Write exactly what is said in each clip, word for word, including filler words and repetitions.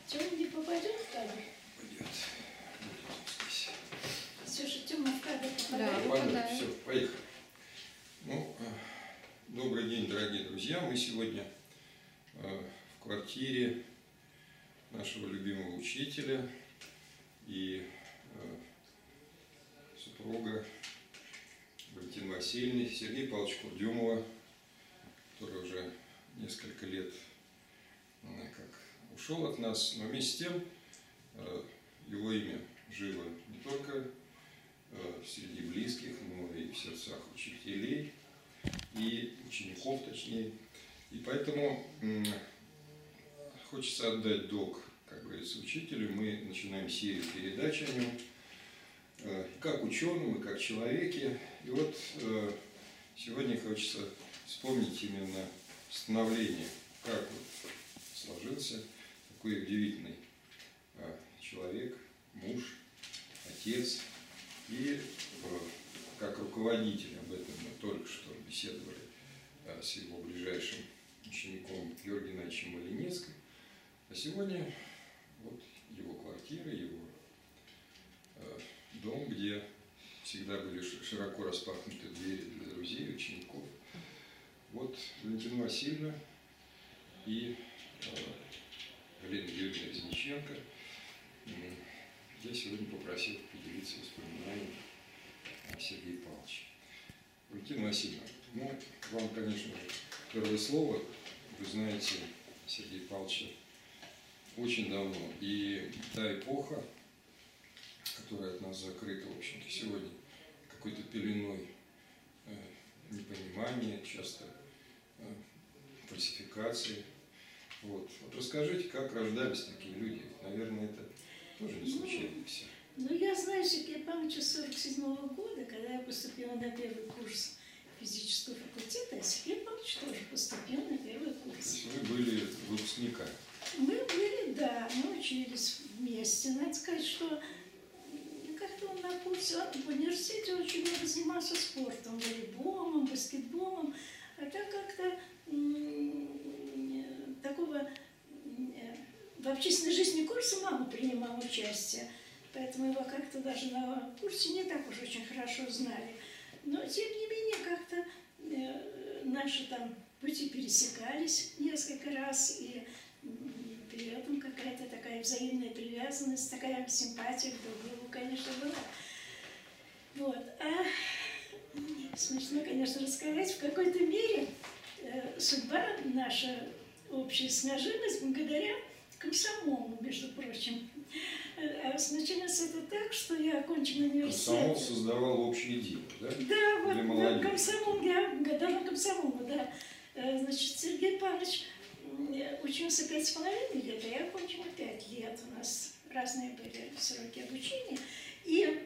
Тёма не попадет в кадр? Пойдет. Здесь. Все же Тёма в кадр попадает. Да, попадает. Все, поехали. Ну, добрый день, дорогие друзья. Мы сегодня э, в квартире нашего любимого учителя и э, супруга Валентины Васильевны, Сергея Павловича Курдюмова, который уже несколько лет как ушел от нас, но вместе с тем э, его имя живо не только э, среди близких, но и в сердцах учителей и учеников, точнее. И поэтому э, хочется отдать долг, как говорится, учителю. Мы начинаем серию передач о нем, э, как ученым, и как человеке. И вот э, сегодня хочется вспомнить именно становление, как вот сложился такой удивительный э, человек, муж, отец. И э, как руководитель, об этом мы только что беседовали э, с его ближайшим учеником Георгием Геннадьевичем Малиницким. А сегодня вот его квартира, его э, дом, где всегда были широко распахнуты двери для друзей, учеников. Вот Валентина Васильевна и э, Галина Юрьевна Резниченко. Я сегодня попросил поделиться воспоминаниями о Сергее Павловиче. Валентина Васильевна, ну, вам, конечно же, первое слово. Вы знаете Сергея Павловича очень давно. И та эпоха, которая от нас закрыта, в общем-то, сегодня какой-то пеленой э, непонимания, часто э, фальсификации. Вот. Вот расскажите, как рождались такие люди? Наверное, это тоже не случайно все. Ну, я знаю Сергея Павловича с сорок седьмого года, когда я поступила на первый курс физического факультета, а Сергей Павлович тоже поступил на первый курс. То есть вы были выпускниками? Мы были, да, мы учились вместе. Надо сказать, что как-то он на курсе, в университете очень много занимался спортом, волейболом, баскетболом, а так как-то такого в общественной жизни курса мало принимал участие, поэтому его как-то даже на курсе не так уж очень хорошо знали. Но, тем не менее, как-то э, наши там пути пересекались несколько раз, и при этом какая-то такая взаимная привязанность, такая симпатия к друг другу, конечно, была. Вот. А смешно, конечно, рассказать, в какой-то мере э, судьба наша общая сложилась благодаря комсомолу, между прочим. А началось это так, что я окончила университет. Комсомол создавал общее дело, да? Да, вот да, комсомол, я гадала комсомолу, да. Значит, Сергей Павлович учился пять с половиной лет, а я окончила пять лет. У нас разные были сроки обучения. И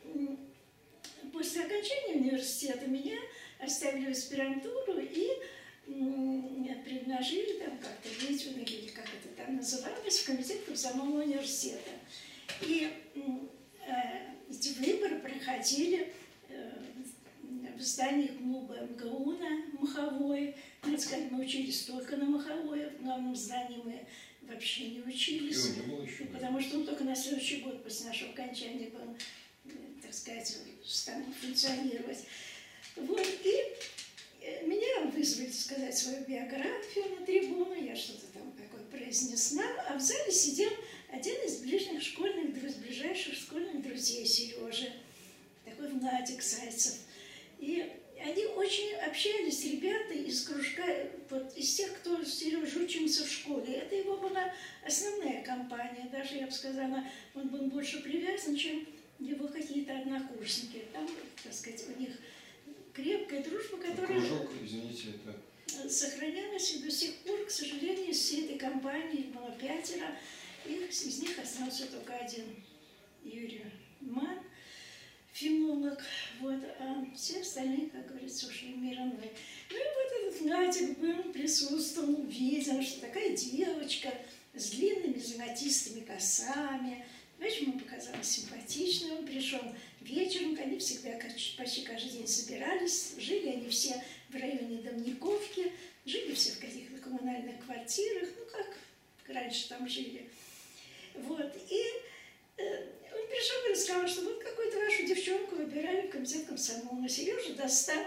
после окончания университета меня оставили в аспирантуру и предложили там как-то выдвинули, или как это там называлось, в комитет комсомольного университета. И э, эти выборы проходили э, в здании клуба МГУ на Маховой. Надо сказать, мы учились только на Маховой, в главном здании мы вообще не учились, не было еще, потому что он только на следующий год после нашего окончания был, так сказать, стал функционировать. Вот, и меня вызвали сказать свою биографию на трибуну, я что-то там такое произнесла, а в зале сидел один из ближних школьных, из ближайших школьных друзей Сережи, такой Владик Зайцев. И они очень общались, ребята из кружка, вот из тех, кто с Сережей учился в школе. Это его была основная компания, даже, я бы сказала, он был больше привязан, чем его какие-то однокурсники. Там, так сказать, у них крепкая дружба, которая Кружок, извините, это... сохранялась и до сих пор, к сожалению, из всей этой компании, их было пятеро, их, из них остался только один Юрий Ман, филолог, вот, а все остальные, как говорится, ушли в мир иной. Ну и вот этот Владик был, присутствовал, видел, что такая девочка с длинными золотистыми косами. Знаешь, ему показалось симпатично, он пришел вечером, они всегда почти каждый день собирались, жили они все в районе Домниковки, жили все в каких-то коммунальных квартирах, ну как раньше там жили. Вот, и э, он пришел и рассказал, что вот какую-то вашу девчонку выбирали в комитет комсомола. Сережа достал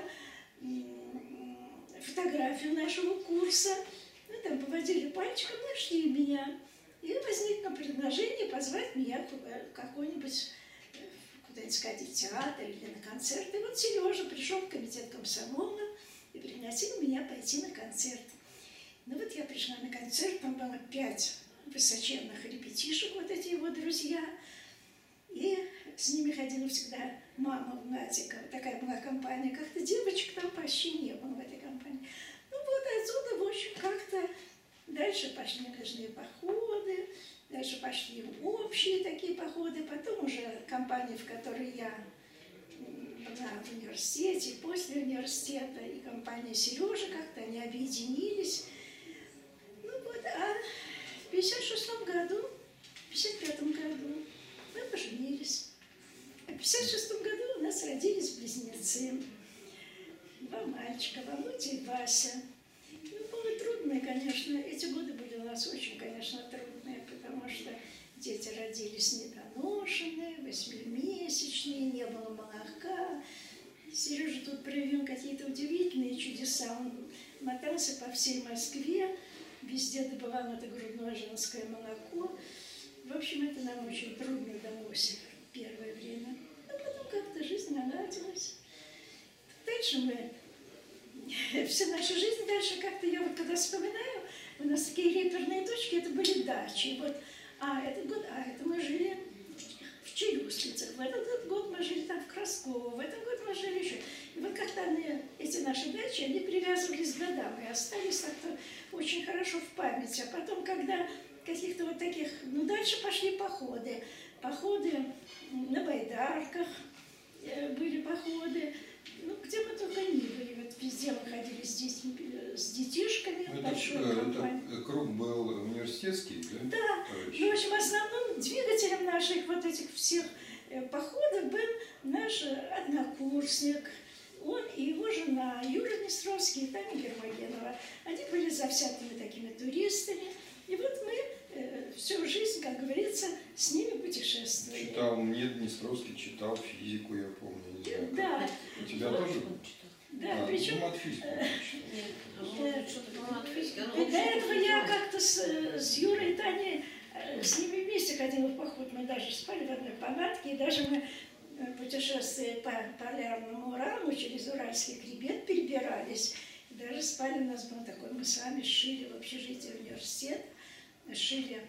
фотографию нашего курса. Мы там поводили пальчиком, нашли меня. И возникло предложение позвать меня в какой-нибудь, куда-нибудь сходить в театр или на концерт. И вот Сережа пришел в комитет комсомола и пригласил меня пойти на концерт. Ну вот я пришла на концерт, там было пять высоченных ребятишек, вот эти его друзья. И с ними ходила всегда мама Надика. Такая была компания. Как-то девочек там почти не было в этой компании. Ну вот отсюда, в общем, как-то дальше пошли лыжные походы, дальше пошли общие такие походы. Потом уже компания, в которой я была в университете, после университета, и компания Сережи, как-то они объединились. Ну вот, а в пятьдесят шестом году, в пятьдесят пятом году мы поженились. А в пятьдесят шестом году у нас родились близнецы. Два мальчика, Володя и Вася. Ну, было трудно, конечно. Эти годы были у нас очень, конечно, трудные, потому что дети родились недоношенные, восьмимесячные, не было молока. Сережа тут проявил какие-то удивительные чудеса. Он мотался по всей Москве, везде добывал это грудное женское молоко. В общем, это нам очень трудно удалось в первое время. А потом как-то жизнь наладилась. Дальше мы... Вся наша жизнь дальше как-то, я вот когда вспоминаю, у нас такие реперные точки, это были дачи. Вот, а, этот год, а, это мы жили в Челюскинцах, в этот год мы жили там в Красково, в этом году мы жили еще. И вот как-то они, эти наши дачи, они привязывались к годам и остались так-то очень хорошо в памяти. А потом, когда каких-то вот таких, ну, дальше пошли походы. Походы на байдарках были походы. Ну, где мы только не были, вот везде мы ходили с, детьми, с детишками. Это, это круг был университетский, да? Да, ну, в общем, основным двигателем наших вот этих всех походов был наш однокурсник. Он и его жена, Юра Днестровский и Таня Гермогенова. Они были завзятыми такими туристами. И вот мы э, всю жизнь, как говорится, с ними путешествовали. Читал мне Днестровский, читал физику, я помню. Не знаю, да. У тебя вот, тоже? Да, а, причем... Ну, от физики. Нет, что-то от физики. До этого я как-то с, с Юрой и Таней, с ними вместе ходила в поход. Мы даже спали в одной палатке, и даже мы путешествия по полярному Уралу через Уральский хребет перебирались. И даже спали, у нас был такой, мы сами шили в общежитии университет, шили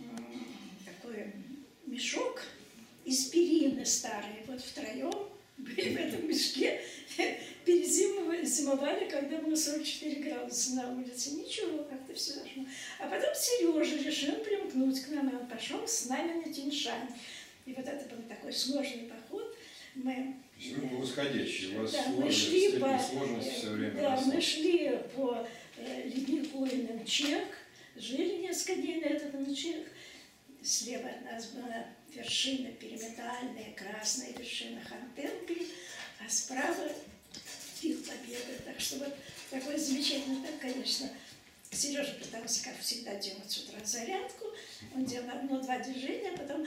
такой мешок из перины старой, вот втроем были в этом мешке, перезимовали, зимовали, когда было сорок четыре градуса на улице. Ничего, как-то все дошло. А потом Сережа решил примкнуть к нам, и он пошел с нами на Тянь-Шань. И вот это был такой сложный поход. Мы, вы по восходящей, у вас да, сложность, мы шли по, сложность все время да, росла. мы шли по э, леднику Инчек, жили несколько дней на этот Инчек. Слева от нас была вершина пирамидальная, красная вершина Хантенпи, а справа пик Победы. Так что вот такой замечательный, так, конечно, Сережа пытался, как всегда, делать с утра зарядку. Он делал одно-два движения, а потом...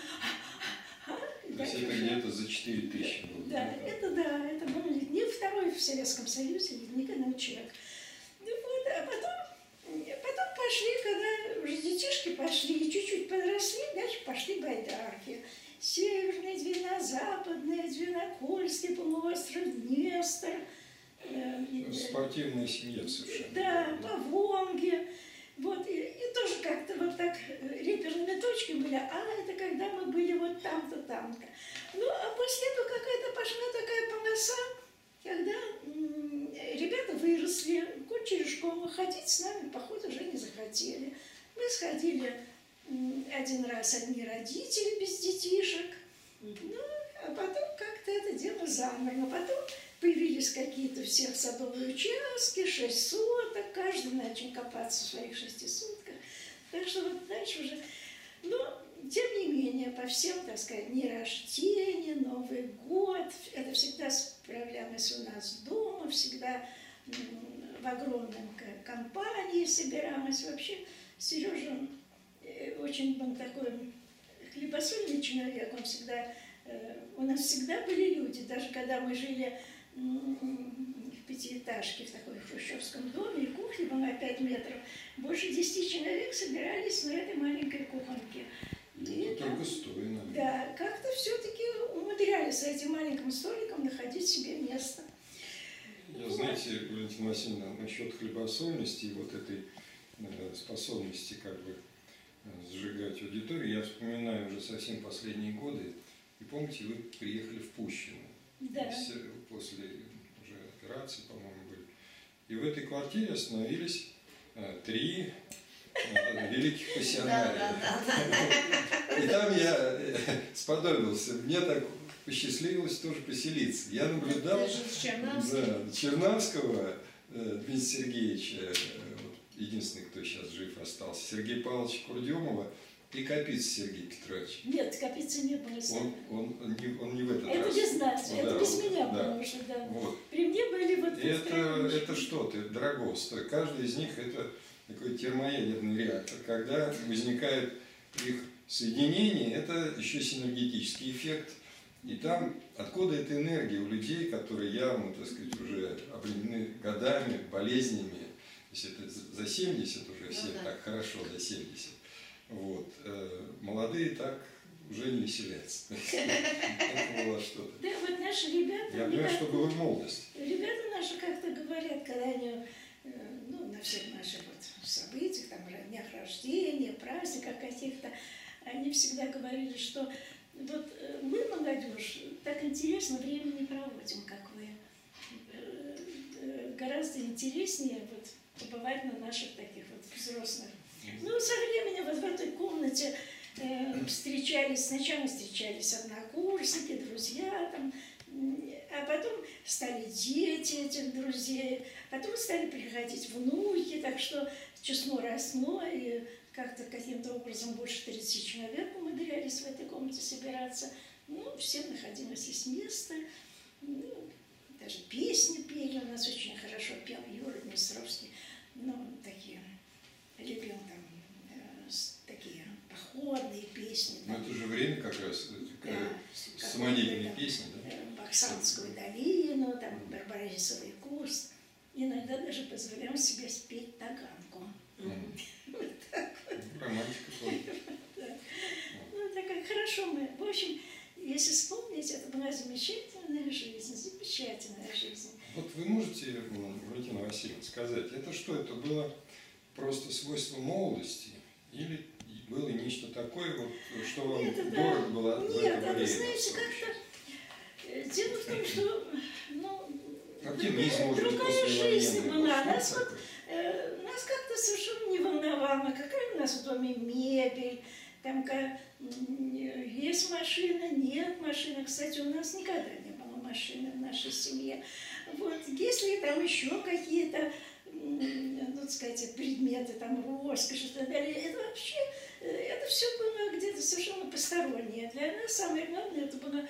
То есть это где-то за четыре тысячи было? Да, это да, это был ледник второй в Советском Союзе, ледник Инчек. Ну вот, а потом, потом пошли, когда уже детишки пошли, чуть-чуть подросли, дальше пошли байдарки. Северные Двина, Западные Двина, Кольский полуостров, Днестр. Э, Спортивная семья совершенно. Да, по Волге. Вот, и, и тоже как-то вот так реперными точками были, а это когда мы были вот там-то, там-то. Ну, а после этого какая-то пошла такая полоса, когда м- ребята выросли, кончили школу, ходить с нами в поход уже не захотели. Мы сходили м- один раз одни родители без детишек, ну, а потом как-то это дело замерло. Потом появились какие-то всех садовые участки, шесть соток, каждый начал копаться в своих шести сотках. Так что вот дальше уже... Но, тем не менее, по всем, так сказать, дни рождения, Новый год, это всегда справлялось у нас дома, всегда в огромном компании собиралась. Вообще, Сережа очень был такой хлебосольный человек, он всегда, э, у нас всегда были люди, даже когда мы жили в пятиэтажке, в такой хрущевском доме, и кухня была пять метров, больше десяти человек собирались на этой маленькой кухоньке. И только стоя, да, как-то все-таки умудрялись за этим маленьким столиком находить себе место. Я, знаете, Валентина Васильевна, насчет хлебосольности и вот этой э, способности как бы э, сжигать аудиторию, я вспоминаю уже совсем последние годы, и помните, вы приехали в Пущино, да. после уже операции, по-моему, были, и в этой квартире остановились э, три э, великих пассионария. И там я сподобился, мне так посчастливилось тоже поселиться. Я наблюдал да, Чернавского э, Дмитрия Сергеевича, э, единственный, кто сейчас жив остался, Сергея Павловича Курдюмова и Капица Сергея Петровича. Нет, Капица не было. Он, он, он, не, он не в этот это раз. Это без нас, ну, это да, без вот, меня, да. потому что да. Вот. При мне были вот... Это, это что-то, это дорого стоит. Каждый из них это такой термоядерный реактор. Когда возникает их соединение, это еще синергетический эффект. И там, откуда эта энергия у людей, которые явно, так сказать, уже обременены годами, болезнями, то есть это за семьдесят уже все ну, да. так хорошо, за семьдесят. Вот. Молодые так уже не веселятся. Это было что-то. Да, вот наши ребята... Я понимаю, что было в молодости. Ребята наши как-то говорят, когда они ну, на всех наших вот событиях, там, днях рождения, праздниках каких-то, они всегда говорили, что вот мы, молодежь, так интересно время не проводим, как вы. Гораздо интереснее вот побывать на наших таких вот взрослых. Ну, со временем вот в этой комнате э, встречались, сначала встречались однокурсники, друзья, там, а потом стали дети этих друзей, потом стали приходить внуки, так что число росло, и как-то каким-то образом больше тридцати человек умудрялись в этой комнате собираться. Ну, всем находилось здесь место, ну, даже песни пели, у нас очень хорошо пел Юра Дмитровский, ну, такие, любил там э, такие походные песни. Ну, это же время как раз, да, самодельные песни, да? Баксанскую долину, там, Барбарисовый курс. Иногда даже позволяем себе спеть таганку. Вот так вот. Романтика тоже. Ну, так как хорошо мы, в общем, если вспомнить, это была замечательная жизнь, замечательная жизнь. Вот вы можете, Валентина Васильевна, сказать, это что, это было просто свойство молодости или было нечто такое, вот, что вам Нет, дорого это, было в Нет, это это, время? знаете, как-то... Дело в том, что, ну, оптимизм, другая, может быть, другая жизнь была. Что Нас, вот, э, нас как-то совершенно не волновало, какая у нас в доме мебель, там как, есть машина, нет машины. Кстати, у нас никогда не было машины в нашей семье. Вот, если там еще какие-то, ну, так сказать, предметы, там, роскошь и так далее, это вообще, это все было где-то совершенно постороннее. Для нас самое главное, это была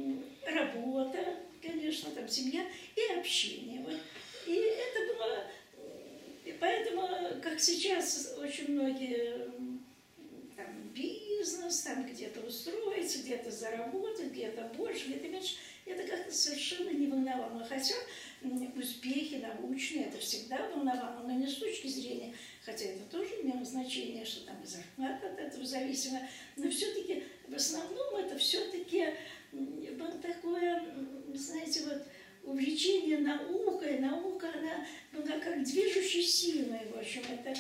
работа, конечно, там, семья и общение. Вот. И это было, и поэтому, как сейчас очень многие, там, бизнес, там, где-то устроиться, где-то заработать, где-то больше, где-то меньше, это как-то совершенно не волновало. Хотя успехи научные, это всегда волновало, но не с точки зрения, хотя это тоже имело значение, что там и зарплата от этого зависела, но все-таки в основном это все-таки было такое, знаете, вот увлечение наукой, наука, она была как движущей силой, в общем, это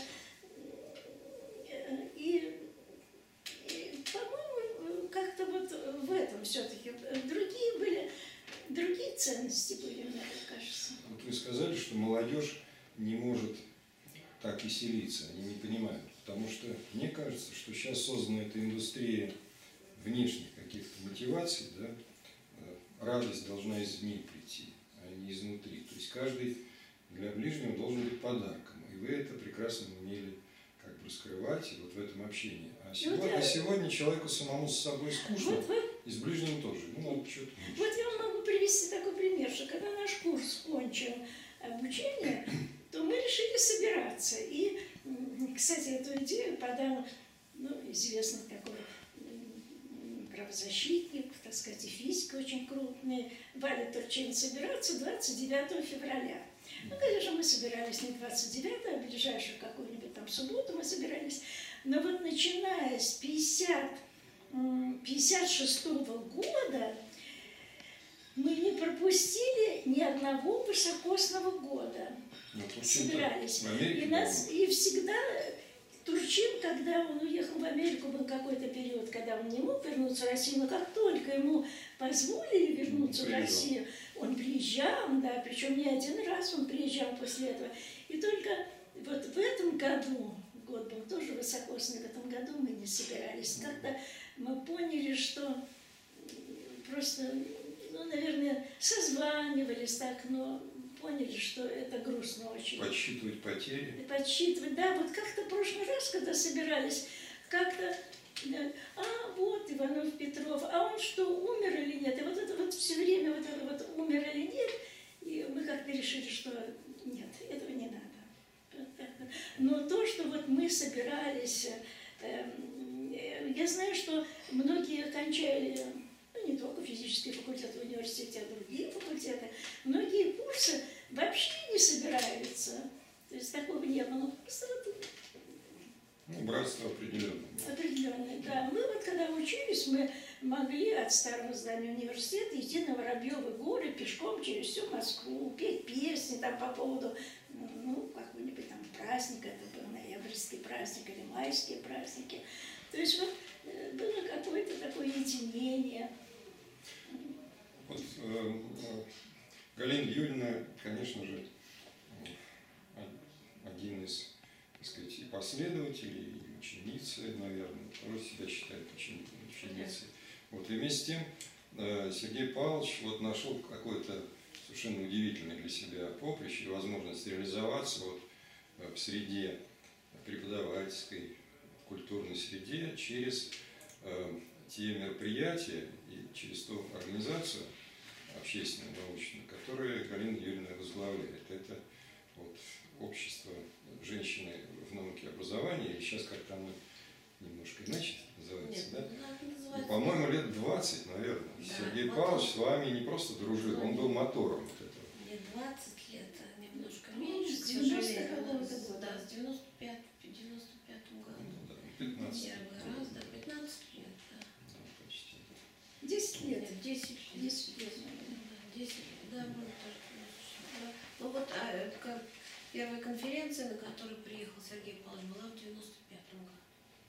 и, и по-моему, как-то вот в этом все-таки другие были. Другие ценности были, мне кажется. Вот вы сказали, что молодежь не может так веселиться, они не понимают. Потому что мне кажется, что сейчас создана эта индустрия внешних каких-то мотиваций, да, радость должна извне прийти, а не изнутри. То есть каждый для ближнего должен быть подарком. И вы это прекрасно умели как бы раскрывать и вот в этом общении. А сегодня, вот я... а сегодня человеку самому с собой скучно, вот вы... и с ближним тоже. Ну, вот, что-то вот я вам могу привести такой пример, что когда наш курс кончил обучение, то мы решили собираться. И, кстати, эту идею подал, ну, известный такой правозащитник, так сказать, и физик очень крупный, Валя Турчин, собираться двадцать девятого февраля. Ну, конечно, мы собирались не двадцать девятого, а ближайшую какую-нибудь там субботу мы собирались. Но вот начиная с пятьдесят шестого года мы не пропустили ни одного высокосного года. Ну, Собирались. В Америке, и, нас, и всегда Турчин, когда он уехал в Америку, был какой-то период, когда он не мог вернуться в Россию, но как только ему позволили вернуться в Россию, он приезжал, да, причем не один раз он приезжал после этого. И только вот в этом году, год был тоже высокосный, в этом году мы не собирались. Как-то мы поняли, что просто, ну, наверное, созванивались так, но поняли, что это грустно очень. Подсчитывать потери. Подсчитывать, да. Вот как-то в прошлый раз, когда собирались, как-то, да, а вот Иванов Петров, а он что, умер или нет? И вот это вот все время вот это вот умер или нет, и мы как-то решили, что нет, этого не надо. Но то, что вот мы собирались, э, э, я знаю, что многие кончали, ну, не только физический факультет в университете, а другие факультеты, многие курсы вообще не собираются. То есть такого не было. Просто вот, ну, братство определенное. Определенное, да. Мы вот когда учились, мы могли от старого здания университета идти на Воробьевы горы пешком через всю Москву, петь песни там по поводу, ну, какой-нибудь там праздника, это был ноябрьский праздник или майские праздники. То есть вот было какое-то такое единение. Вот э, Галина Юрьевна, конечно же, один из, так сказать, и последователей, и ученицы, наверное, тоже себя считает ученицей. Вот, и вместе с тем э, Сергей Павлович вот нашел какое-то совершенно удивительное для себя поприще и возможность реализоваться вот э, в среде преподавательской, культурной среде через э, те мероприятия и через ту организацию общественную, научную, которую Галина Юрьевна возглавляет. Это вот общество женщины в науке и образовании, или сейчас как-то оно немножко иначе называется, Нет, да? называется... Ну, по-моему, лет двадцать, наверное. Да, Сергей мотор. Павлович с вами не просто дружил, он был мотором вот этого. Не двадцать лет, а немножко меньше, С к сожалению. девяностого года. Да, с девяносто пятого года. Ну, да, пятнадцать. Первый раз, да, пятнадцать лет, да. Да, почти. Десять лет. Нет, десять лет. Десять лет. десять, да, было тоже. Ну вот, а, это как первая конференция, на которую приехал Сергей Павлович, была в девяносто пятом году.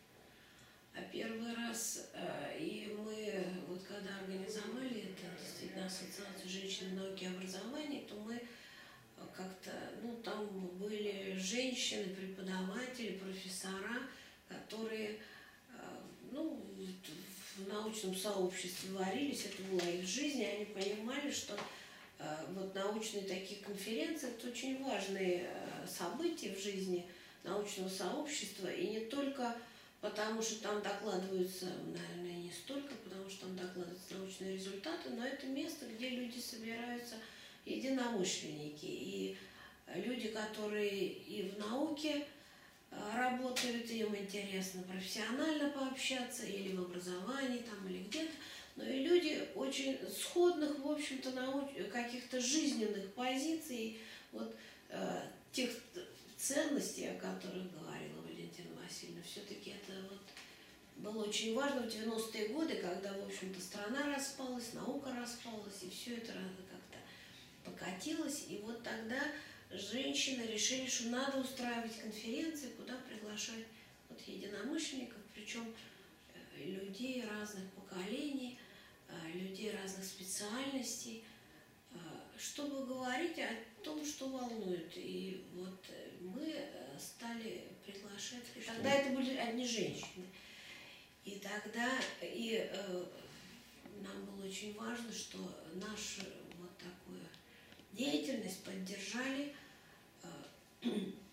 А первый раз, э, и мы, вот когда организовали это, действительно, Ассоциацию женщин в науке и образовании, то мы как-то, ну, там были женщины, преподаватели, профессора, которые, э, ну, в научном сообществе варились, это была их жизнь, и они понимали, что э, вот научные такие конференции – это очень важные э, события в жизни научного сообщества, и не только потому, что там докладываются, наверное, не столько, потому что там докладываются научные результаты, но это место, где люди собираются, единомышленники, и люди, которые и в науке работают, им интересно профессионально пообщаться, или в образовании, там, или где-то, но и люди очень сходных, в общем-то, науч... каких-то жизненных позиций, вот э, тех ценностей, о которых говорила Валентина Васильевна. Все-таки это вот было очень важно в девяностые годы, когда, в общем-то, страна распалась, наука распалась, и все это как-то покатилось. И вот тогда женщины решили, что надо устраивать конференции, куда приглашать вот единомышленников, причем людей разных поколений, людей разных специальностей, чтобы говорить о том, что волнует. И вот мы стали приглашать. И тогда это были одни женщины. И тогда и, э, нам было очень важно, что нашу вот такую деятельность поддержали э,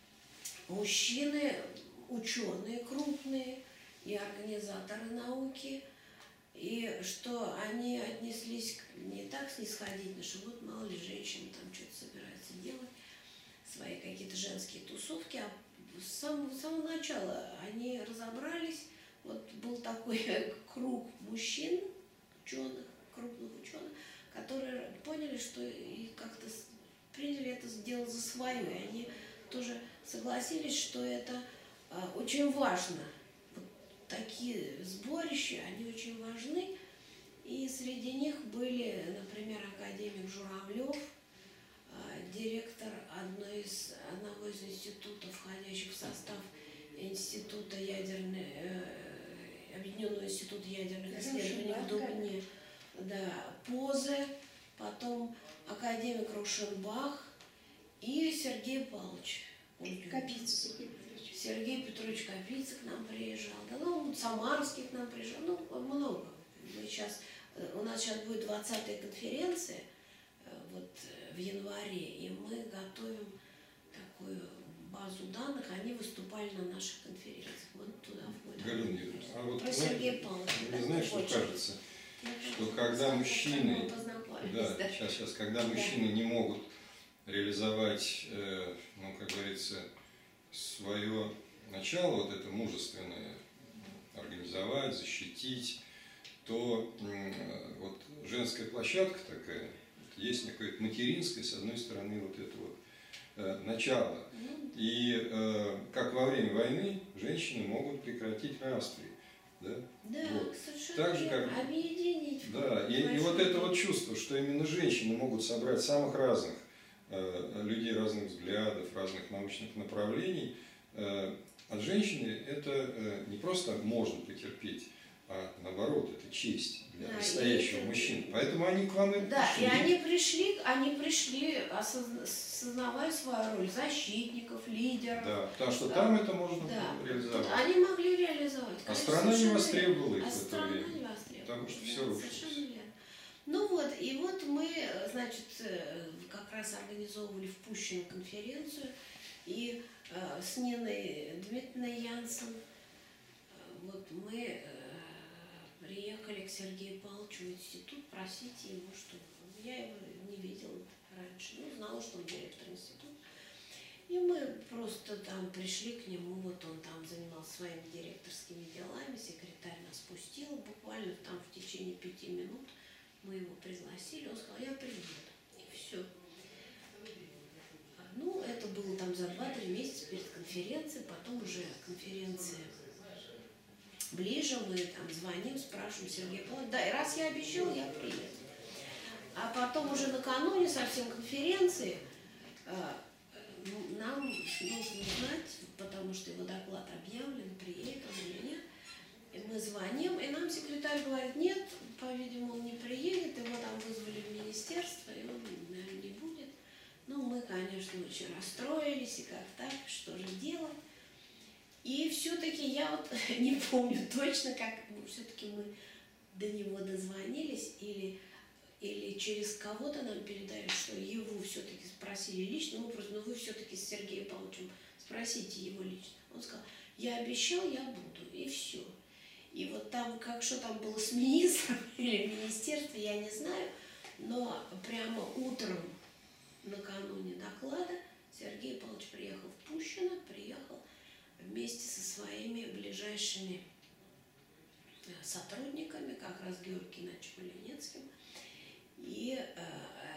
мужчины, ученые крупные и организаторы науки. И что они отнеслись не так снисходительно, что вот мало ли женщины там что-то собираются делать, свои какие-то женские тусовки. А с самого, с самого начала они разобрались, вот был такой круг мужчин, ученых, крупных ученых, которые поняли, что и как-то приняли это дело за свое, и они тоже согласились, что это а, очень важно. Вот такие сборища, они очень важны, и среди них были, например, академик Журавлев, а, директор одной из, одного из институтов, входящих в состав института ядерной, э, Объединенного института ядерных исследований в Дубне, да, Позе, потом академик Рушенбах и Сергей Павлович Капица Сергей Петрович. Сергей Петрович Капица к нам приезжал, да, ну, Самарский к нам приезжал, ну, много. Мы сейчас, у нас сейчас будет двадцатая конференция вот, в январе, и мы готовим такую базу данных, они выступали на наших конференциях. Вот туда входит. Галина Юрьевна, а вот Про ну, Сергея Павловича. не знаешь, что кажется, что когда мужчины, да, да. сейчас, сейчас, когда мужчины не могут реализовать, э, ну, как говорится, свое начало, вот это мужественное, организовать, защитить, то э, вот женская площадка такая, вот есть какое-то материнское, с одной стороны, вот это вот э, начало. И э, как во время войны женщины могут прекратить распри. Да, да, вот. совершенно Так же, как, объединить. да, и, и вот это вот чувство, что именно женщины могут собрать самых разных э, людей, разных взглядов, разных научных направлений. Э, от женщины это э, не просто можно потерпеть, а наоборот, это честь для да, настоящего это... мужчины. Поэтому они к вам и да, пришли. и они пришли, они пришли, осознавая свою роль защитников, лидеров. Да, потому что да. там это можно да. реализовать. Они могли реализовать. А страна не востребовала их а в это страна время. не востребовала. Потому что да, все рушилось. Совершенно верно. Ну вот, и вот мы, значит, как раз организовывали в Пущино конференцию, и э, с Ниной Дмитриевной Янсен вот мы э, приехали к Сергею Павловичу в институт просить его, что я его не видела раньше, ну, знала, что он директор института. И мы просто там пришли к нему, вот он там занимался своими директорскими делами, секретарь нас пустил, буквально там в течение пяти минут мы его пригласили, он сказал, я приеду, и все. Ну, это было там за два-три месяца перед конференцией, потом уже конференция ближе, мы там звоним, спрашиваем Сергея Павловича, да, и раз я обещал, я приеду. А потом уже накануне совсем конференции нам нужно узнать, потому что его доклад объявлен, приедет он или нет. И мы звоним, и нам секретарь говорит, нет, по-видимому, он не приедет, его там вызвали в министерство, и он, наверное, не будет. Ну, мы, конечно, очень расстроились, и как так, что же делать. И все-таки я вот не помню точно, как все-таки мы до него дозвонились, или... или через кого-то нам передали, что его все-таки спросили лично, мы просто, ну вы все-таки с Сергеем Павловичем спросите его лично. Он сказал, я обещал, я буду, и все. И вот там, как что там было с министром или министерством, я не знаю, но прямо утром накануне доклада Сергей Павлович приехал в Пущино, приехал вместе со своими ближайшими сотрудниками, как раз Георгием Геннадьевичем Ленецким, и э,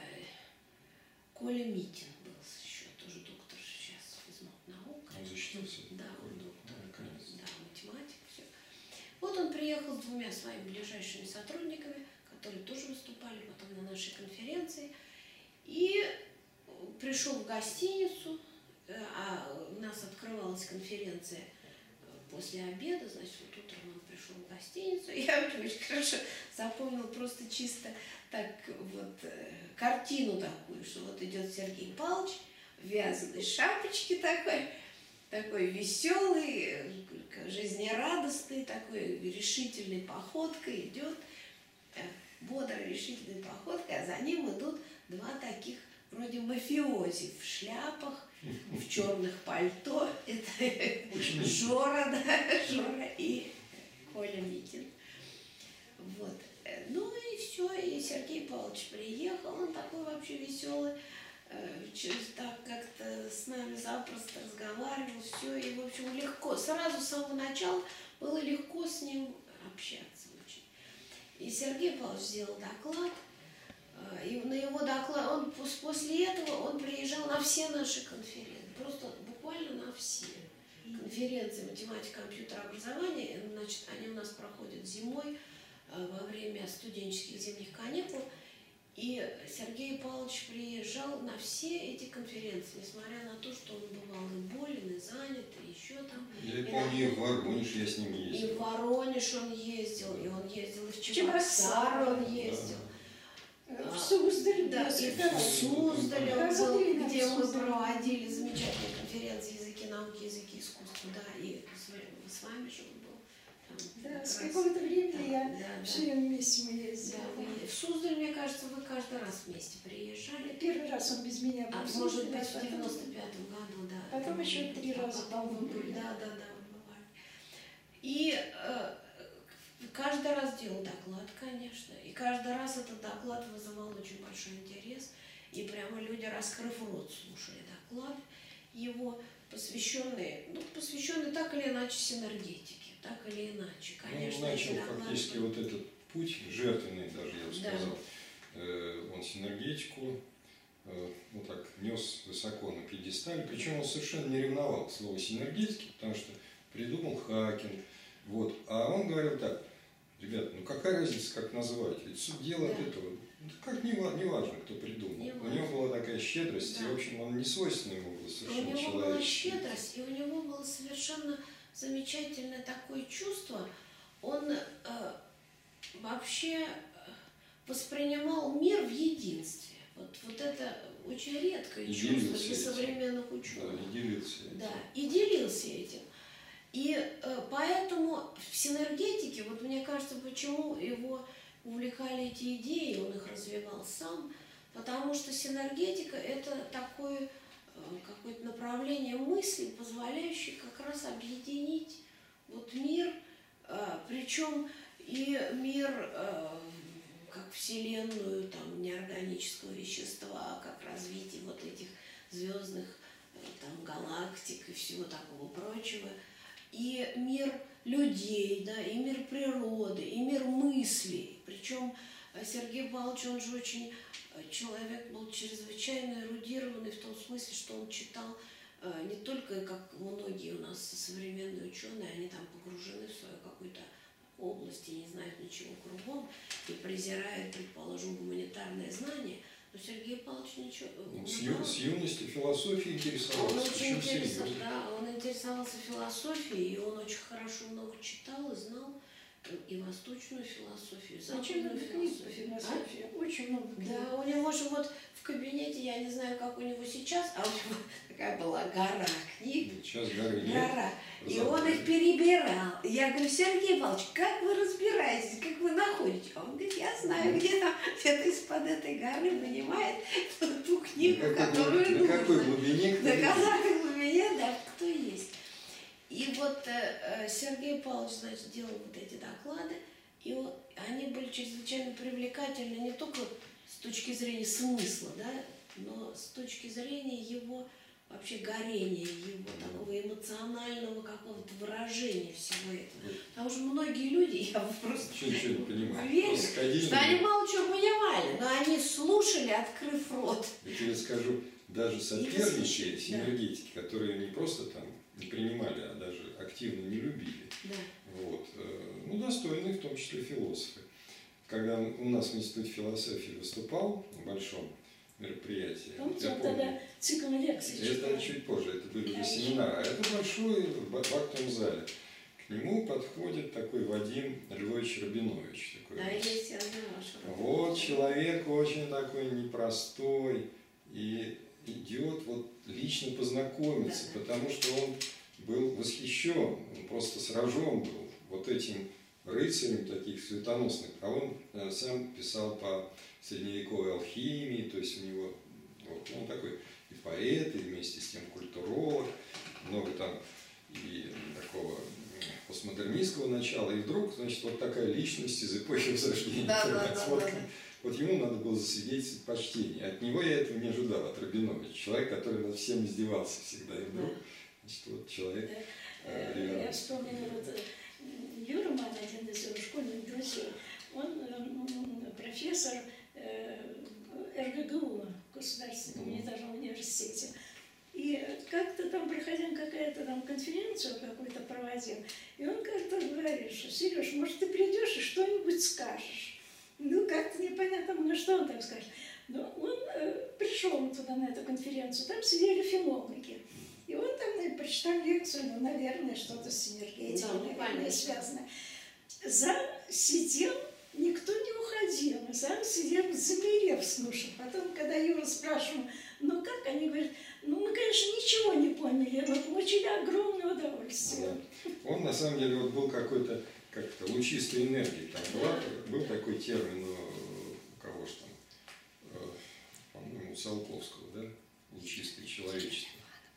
Коля Митин был еще, тоже доктор сейчас физмат-наук. Он защитился? Да, он доктор, да, да, математик, все. Вот он приехал с двумя своими ближайшими сотрудниками, которые тоже выступали потом на нашей конференции, и пришел в гостиницу, а у нас открывалась конференция после обеда, значит, вот утром он пришел в гостиницу, я очень хорошо запомнила просто чисто так вот картину такую, что вот идет Сергей Павлович в вязаной шапочке такой, такой веселый, жизнерадостный, такой решительной походкой идет, бодрой решительной походкой, а за ним идут два таких вроде мафиози в шляпах, в черных пальто. Это Жора, да, Жора и Коля Митин. Вот. Ну и все, и Сергей Павлович приехал, он такой вообще веселый, так как-то с нами запросто разговаривал, все, и, в общем, легко, сразу с самого начала было легко с ним общаться очень. И Сергей Павлович сделал доклад, и на его доклад, он после этого он приезжал на все наши конференции, просто буквально на все конференции математика, компьютерообразования. Значит, они у нас проходят зимой во время студенческих зимних каникул. И Сергей Павлович приезжал на все эти конференции, несмотря на то, что он бывал и болен, и занят, и еще там. Я помню, и в Воронеж я с ним ездил. И в Воронеж он ездил, и он ездил и в Чебоксары он ездил. В Суздаль, да, и в Суздале он был, где мы проводили замечательные конференции языки науки, языки искусства, да, и с вами же он был. Да, с какого-то времени я да, все время да. вместе мы ездили. Да, вы, в Суздаль, мне кажется, вы каждый раз вместе приезжали. Первый раз он без меня был. А может быть, в девяносто пятом году, да. Потом еще три раза, по-моему, были. Да, да, да, бывали. И э, каждый раз делал доклад, конечно. И каждый раз этот доклад вызывал очень большой интерес. И прямо люди, раскрыв рот, слушали доклад его, посвященный, ну, посвященный так или иначе синергетике. Так или иначе, конечно. Ну, начал фактически вот этот путь, жертвенный даже, я бы сказал. Да. Э, он синергетику э, вот так нес высоко на пьедестале, причем он совершенно не ревновал к слову синергетики, потому что придумал Хакинг. Вот. А он говорил так: ребята, ну какая разница, как называть? Ведь суть дела да. от этого. Ну, как не, не важно, кто придумал. Не у него была такая щедрость, да. и в общем он не свойственно ему было совершенно человеческий. У него была щедрость, и у него было совершенно замечательное такое чувство. Он э, вообще воспринимал мир в единстве. Вот, вот это очень редкое и чувство для этим. современных ученых. Да, и делился этим. Да, и делился этим. И э, поэтому в синергетике, вот мне кажется, почему его увлекали эти идеи, он их развивал сам, потому что синергетика – это такое какое-то направление мысли, позволяющее как раз объединить вот мир, причем и мир как вселенную там, неорганического вещества, как развитие вот этих звездных там, галактик и всего такого прочего, и мир людей, да, и мир природы, и мир мыслей. Причем Сергей Павлович, он же очень человек был чрезвычайно эрудированный в том смысле, что он читал э, не только, как многие у нас современные ученые, они там погружены в свою какую-то область и не знают ничего кругом, и презирают, предположим, гуманитарное знание, но Сергей Павлович ничего... Он с, ю, с юности философией интересовался. Он очень интересовался, да, он интересовался философией, и он очень хорошо много читал и знал и восточную философию, западную очень философию. философия, а? Очень много книг. Да, у него же вот в кабинете, я не знаю, как у него сейчас, а у него такая была гора книг. Сейчас горы нет. Гора. И он их перебирал. Я говорю: Сергей Павлович, как вы разбираетесь, как вы находите? Он говорит: я знаю, где там где-то из-под этой горы вынимает ту книгу, на которую какой, нужно. На какой глубине? На какой глубине, да, кто есть. И вот э, Сергей Павлович, значит, делал вот эти доклады, и он, они были чрезвычайно привлекательны не только с точки зрения смысла, да, но с точки зрения его вообще горения, его такого эмоционального какого-то выражения всего этого. Потому что многие люди, я просто Ничего не понимаю. верю, что они мало чего понимали, но они слушали, открыв рот. Я тебе скажу, даже соперничали синергетики, да. которые не просто там не принимали, а даже активно не любили. Да. Вот. Ну, достойные, в том числе философы. Когда он у нас в Институте философии выступал на большом мероприятии, Помните, я он помню, тогда цикл лекций читал. это чуть позже, это были уже семинары, а это большой в актовом зале. К нему подходит такой Вадим Львович Рабинович. Такой Да, есть, я знаю. Вот человек очень такой непростой и идет вот лично познакомиться, да. потому что он был восхищен, он просто сражен был вот этим рыцарем таких светоносных, а он э, сам писал по средневековой алхимии, то есть у него вот, он такой и поэт, и вместе с тем культуролог, много там и такого постмодернистского начала, и вдруг, значит, вот такая личность из эпохи Возрождения. Да, да, да, вот, да, да. вот ему надо было засвидетельствовать почтение. От него я этого не ожидал, от Рабиновича. Человек, который над всем издевался всегда. И вдруг, значит, вот человек... Э, я вспомнила, вот Юра Ман, один из его школьных друзей, он как-то там конференцию какую-то проводил, и он как-то говорит, что Сереж, может, ты придешь и что-нибудь скажешь? Ну, как-то непонятно, ну, что он там скажет. Но он э, пришел туда, на эту конференцию, там сидели филологи. И он там и прочитал лекцию, ну, наверное, что-то с энергетикой, да, ну, наверное, связано. Зам сидел, никто не уходил, зам сидел, замерев, слушал. Потом, когда Юра спрашивал, ну как, они говорят, ну мы, конечно, ничего не поняли, но получили огромное удовольствие. Да. Он, на самом деле, вот был какой-то, как-то, лучистой энергии. Там была, был такой термин, у кого же там, по-моему, у Циолковского, да, лучистое человечество.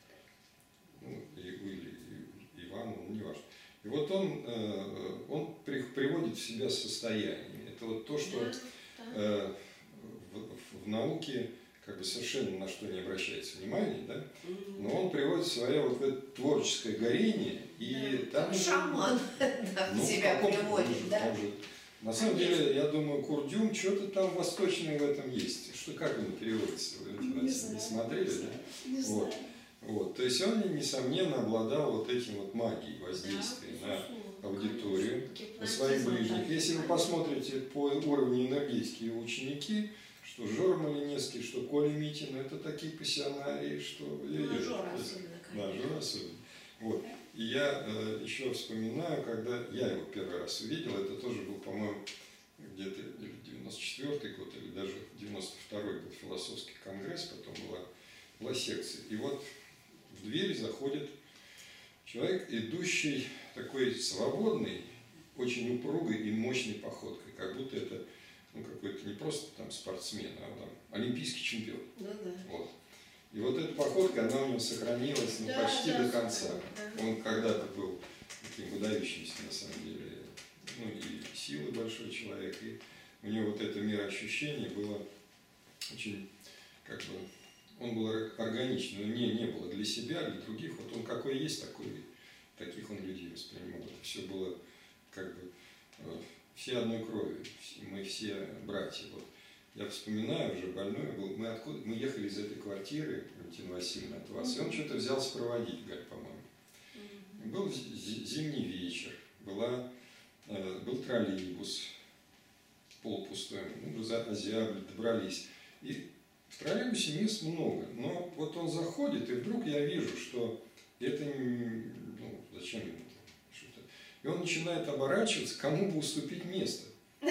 Ну, или Иван, ну, не важно. И вот он, он приводит в себя состояние. Это вот то, что э, в, в науке как бы совершенно на что не обращается внимания, да? Но он приводит свое вот это творческое горение, и да. там... Шаман ну, себя приводит, да? Может. На самом деле, я думаю, Курдюм, что-то там восточное в этом есть. Что, как он переводится? Вы не, не смотрели, не да? Не вот. Вот. То есть он, несомненно, обладал вот этим вот магией воздействия да, на аудиторию, на своих ближних. Если вы посмотрите по уровню энергетики его ученики, что Жора Малинецкий, что Коля Митин, это такие пассионарии, что... Ну, Жора особенно, да, Жора особенно. Вот. И я э, еще вспоминаю, когда я его первый раз увидел, это тоже был, по-моему, где-то девяносто четвёртый год, или даже девяносто второй был философский конгресс, потом была, была секция. И вот в дверь заходит человек, идущий такой свободный, очень упругой и мощной походкой, как будто это ну, какой-то не просто там спортсмен, а там, олимпийский чемпион. Ну, да. Вот. И вот эта походка, она у него сохранилась ну, да, почти да, до конца. да. Он когда-то был таким выдающимся, на самом деле, ну и силы большой человек, и у него вот это мироощущение было очень, как бы, он был органичный, но не, не было для себя, для других. Вот он какой есть, такой, таких он людей воспринимал. Это все было как бы все одной крови, мы все братья. Вот. Я вспоминаю, уже больной был, мы, откуда, мы ехали из этой квартиры, Валентина Васильевна, от вас, и он что-то взялся проводить, Галь, по-моему. Был зимний вечер, была, был троллейбус полупустой, мы уже озябли, добрались. И в троллейбусе мест много, но вот он заходит, и вдруг я вижу, что это, ну, зачем ему что-то. И он начинает оборачиваться, кому бы уступить место.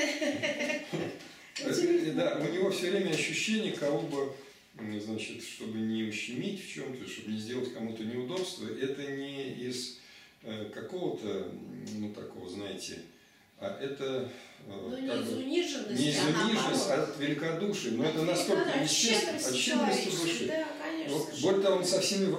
Да, у него все время ощущение, кого бы, значит, чтобы не ущемить в чем-то, чтобы не сделать кому-то неудобство, это не из какого-то, ну, такого, знаете, а это... Ну, не из униженности, не из униженности, а от великодушия. Но это настолько естественно, от щедрости души. Да, конечно. Вот, более того, он со всеми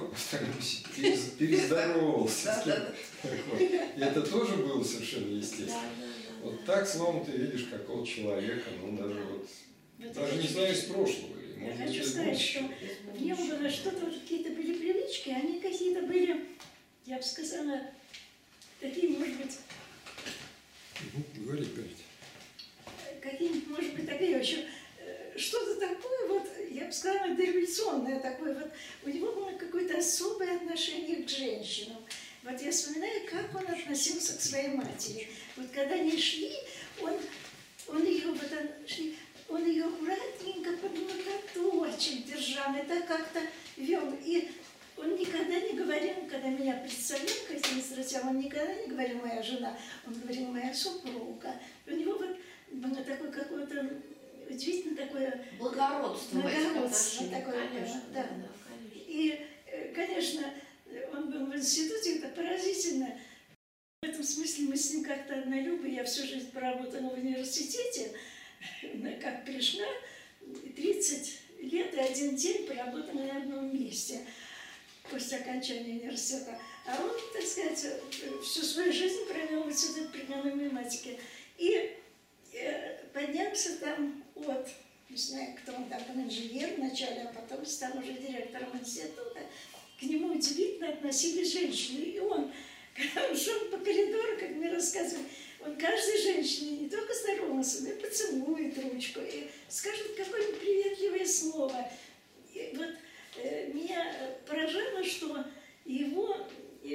перездоровался. Это тоже было совершенно естественно. Вот так, словно ты видишь какого человека, ну, даже вот, даже не знаю, из прошлого. Я хочу сказать, что в нем было что-то, какие-то были привычки, они какие-то были, я бы сказала, такие, может быть... Говорить, говорить. Какие-нибудь, может быть, такие очень... Что-то такое, вот, я бы сказала, дореволюционное такое. Вот у него было какое-то особое отношение к женщинам. Вот я вспоминаю, как он относился к своей матери. Вот когда они шли, он, он ее вот он, шли, он ее аккуратненько под локоточек держал, это как-то вел. И он никогда не говорил, когда меня представлял к этим страстям, он никогда не говорил «моя жена», он говорил «моя супруга». У него вот было такое какое-то удивительно такое... Благородство. Благородство такое, конечно, да. да, да, конечно. И, конечно, он был в институте, это поразительно. В этом смысле мы с ним как-то однолюбы. Я всю жизнь проработала в университете, как пришла, тридцать лет и один день проработала на одном месте после окончания университета. А он, так сказать, всю свою жизнь провел в институте прикладной математики. И поднялся там от, не знаю, кто он там, инженер вначале, а потом стал уже директором института. К нему удивительно относились женщины. И он, когда он шел по коридору, как мне рассказывали, он каждой женщине не только здоровался, но и поцелует ручку, и скажет какое-нибудь приветливое слово. И вот э, меня поражало, что его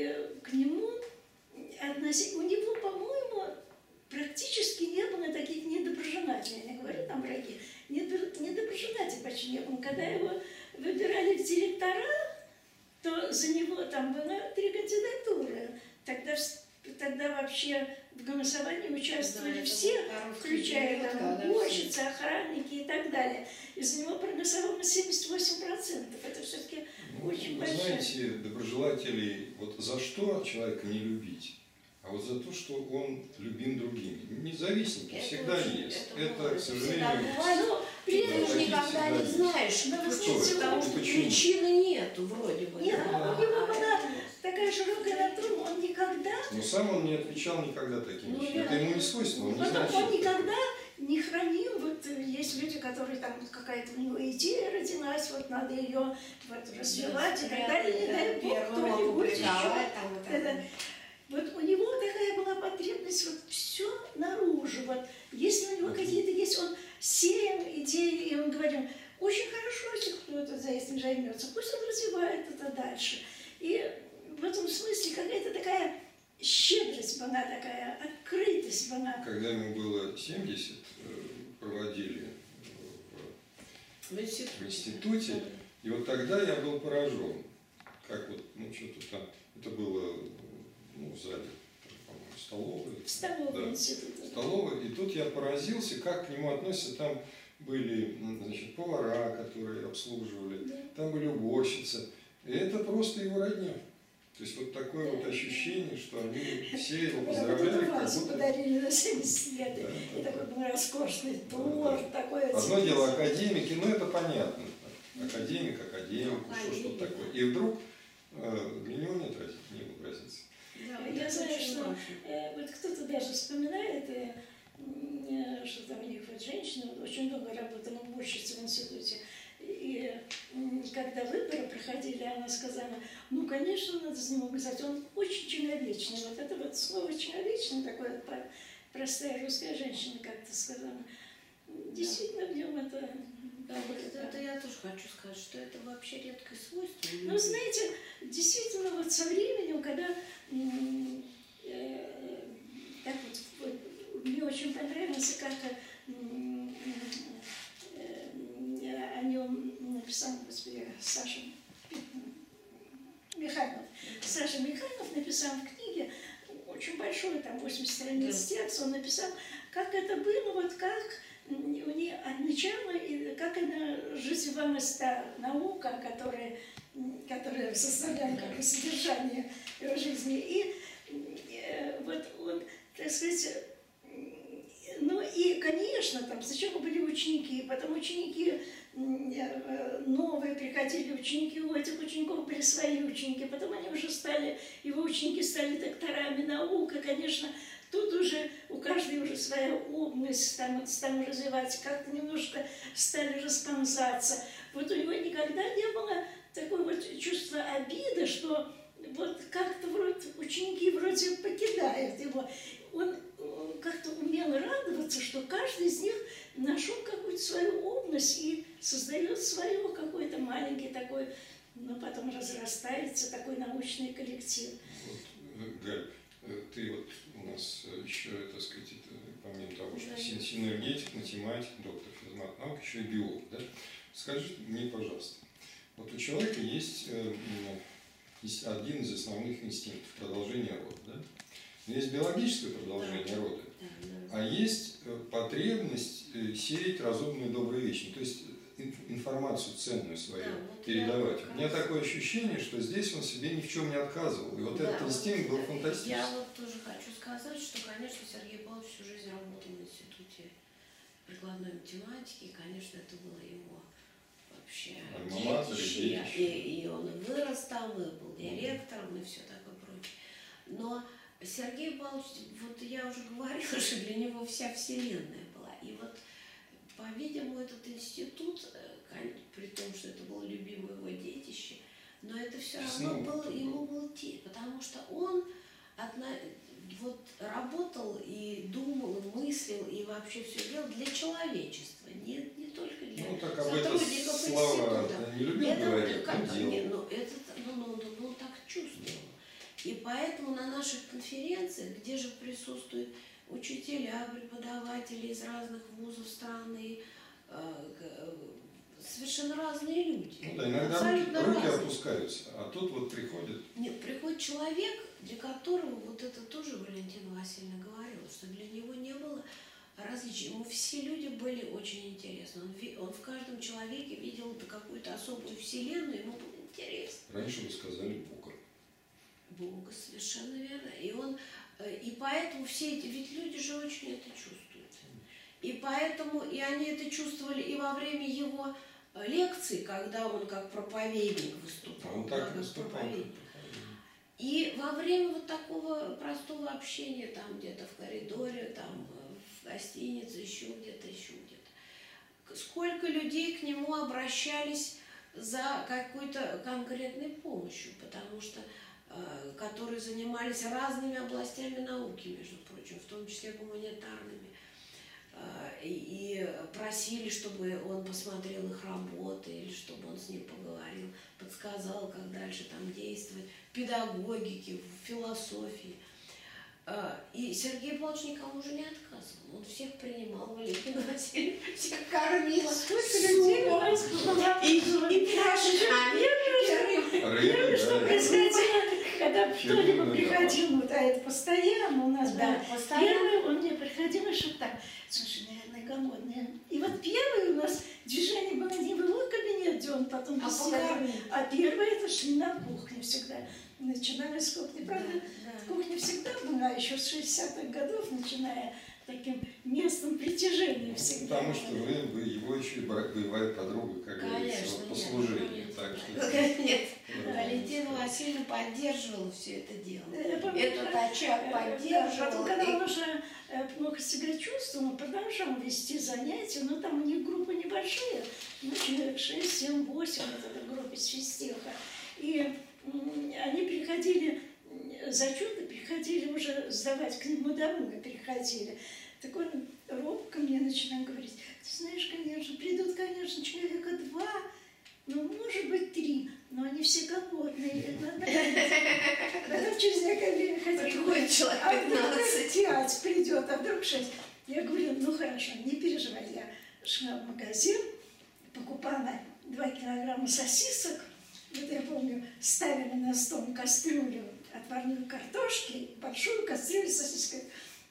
очень. Он, когда его выбирали в директора, то за него там было три кандидатуры. Тогда, тогда вообще в голосовании участвовали Да, все, включая период, там когда уборщицы, охранники и так далее. И за него проголосовало семьдесят восемь процентов. Это все-таки Ну, очень вы большое. знаете, доброжелателей, вот за что человека не любить? А вот за то, что он любим другими. Независимки Это всегда очень- есть. это Это, бывает. к Всегда сожалению, бывает. Но при Да, Ты этом же такие никогда всегда не есть. знаешь, Но вы почему, знаете, потому что почему? причины нету вроде бы. Нет, да? ну, у него А была это- такая широкая натура, он никогда, но сам он не отвечал никогда таким Ну, вещам. Это да. ему не свойственно, он не потом знает, он что это никогда не хранил, вот э, есть люди, которые там вот какая-то у него идея родилась, вот надо ее вот развивать и так далее, не дай бог, Первым кто-нибудь еще. опубликовать там и так Это- далее. Вот у него такая была потребность вот все наружу, вот если у него какие-то есть, он сеял идеи, и он говорил, очень хорошо, если кто-то за этим займется, пусть он развивает это дальше. И в этом смысле какая-то такая щедрость была такая, открытость была. Когда ему было семьдесят, э, проводили в В институте. в институте, и вот тогда я был поражен, как вот, ну, что-то там, это было, ну, в зале, по-моему, столовой. В столовой Да. института. Столовой, и тут я поразился, как к нему относятся, там были, м, значит, повара, которые обслуживали, Да. там были уборщицы, и это просто его родня. То есть вот такое Да. вот ощущение, что они все его Вот поздравляли, эту как вазу будто... подарили на семьдесят лет, Да, и да, такой был роскошный Да, торт, да. такой... Одно дело академики, ну это понятно. Академик, академик, Ну, что что академик. такое. И вдруг э, для него нет разницы, не возразится. Да, Я это знаю, очень что важно. э, вот кто-то даже вспоминает, э, м, э, что там у них вот женщина вот очень много работала уборщицей в институте. И м, когда выборы проходили, она сказала, ну, конечно, надо за него сказать, он очень человечный. Вот это вот слово человечный, такое вот по- простая русская женщина как-то сказала. Действительно, в нем это... Да, вот это, это я тоже хочу сказать, что это вообще редкое свойство. у Ну, людей. знаете, действительно, вот со временем, когда м, э, так вот, вот, мне очень понравилось, как м, э, о нем написал, господи, Саша Михайлов. Саша Михайлов написал в книге, очень большой, там восемьдесят страниц текст, он написал, как это было, вот как м, у них от начала, и как она развивалась та наука, которая, м, которая составляла как бы содержание его жизни. И э, вот он, так сказать, м, ну и, конечно, там сначала были ученики, потом ученики м, э, новые приходили, ученики, у этих учеников были свои ученики, потом они уже стали, его ученики стали докторами наук, и, конечно, тут уже у каждой уже своя область там, стали развиваться, как-то немножко стали расползаться. Вот у него никогда не было такого вот чувства обиды, что вот как-то вроде ученики вроде покидают его. Он э, как-то умел радоваться, что каждый из них нашел какую-то свою область и создает свое какой-то маленький такой, но потом разрастается такой научный коллектив. Вот, э, Галь, э, ты вот у нас э, еще, так сказать, это, помимо того, что Да. син- синергетик, математик, доктор физмат наук, еще и биолог, да? Скажи мне, пожалуйста, вот у человека есть, э, м, есть один из основных инстинктов – продолжение рода, да? Но есть биологическое продолжение Да. рода, Да, да. а есть э, потребность э, сеять разумную добрую вещь, то есть ин- информацию ценную свою Да, вот передавать. я как У меня раз- такое ощущение, что здесь он себе ни в чем не отказывал. И вот Да, этот инстинкт был я фантастический. вот тоже хочу сказать, что, конечно, Сергей Павлович всю жизнь работал в институте прикладной математики, и, конечно, это было его вообще Альма-матер, детище, детище. и, и он и вырос там, и был директором, и все такое прочее. Но Сергей Павлович, вот я уже говорила, что для него вся вселенная была. И вот, по-видимому, этот институт, э, кон- при том, что это было любимое его детище, но это все равно Снова было, это ему было. был те, потому что он одна, вот работал и думал, и мыслил, и вообще все делал для человечества, не, не только для Ну, так об этом сотрудников слова института. не любил Это говорить, как- но не, делал. ну, это, ну, ну, ну, ну, так чувствовал. И поэтому на наших конференциях, где же присутствуют учителя, преподаватели из разных вузов страны, э, г- совершенно разные люди. Ну да, иногда Абсолютно руки, руки разные. опускаются, а тут вот приходит. Нет, приходит человек, для которого, вот это тоже Валентина Васильевна говорила, что для него не было различий. Ему все люди были очень интересны. Он, ви- он в каждом человеке видел какую-то особую вселенную, ему было интересно. Раньше вы сказали Бога. Бога, совершенно верно. И он, э, и поэтому все эти, ведь люди же очень это чувствуют. И поэтому, и они это чувствовали и во время его э, лекций, когда он как проповедник выступал. Он так как выступал. проповедник. И во время вот такого простого общения, там где-то в коридоре, там э, в гостинице, еще где-то, еще где-то. Сколько людей к нему обращались за какой-то конкретной помощью, потому что э, которые занимались разными областями науки, между прочим, в том числе гуманитарными, э, и, и просили, чтобы он посмотрел их работы, или чтобы он с ним поговорил, подсказал, как дальше там действовать, в педагогике, в философии. Э, И Сергей Павлович никому уже не отказывал, он всех принимал, Валентина Васильевна всех кормила. Сколько людей у нас было. И, и пирожками. Первое, что да. происходило, когда кто-либо Фигурно, приходил, вот, а это постоянно у нас Да, было. постоянно. Первое, он мне приходил и шептал: слушай, наверное, голодная. И вот первое у нас движение было не в его кабинет, где он потом А беседовал, покормить. а первое это шли на кухню всегда. Начинали с кухни. Правда, Да. кухня всегда была еще с шестидесятых годов, начиная таким местом притяжения всегда. Потому что вы, вы его еще и бра- боевая подруга, как говорится, Конечно, вот по нет, служению. конечно. Так что... Нет, Да. Валентина Васильевна поддерживала все это дело. Я помню, Этот да, очаг э, поддерживал. Потом, когда и- он уже э, плохо себя чувствовал, он продолжал вести занятия, но там у них группы небольшие, ну, человек шесть, семь, восемь, вот эта группа с физтеха. И м, они приходили, м, зачеты приходили уже сдавать к нему домой, приходили. Так он робко мне начинал говорить: ты знаешь, конечно, придут, конечно, человека два, ну, может быть, три, но они все голодные. Надо- Потом через некоторое время хотят. Приходит человек А вдруг пятнадцать. пять придет, а вдруг шесть. Я говорю: ну хорошо, не переживай. Я шла в магазин, покупала два килограмма сосисок. Вот я помню, ставили на стол кастрюлю отварной картошки, большую кастрюлю с сосисками.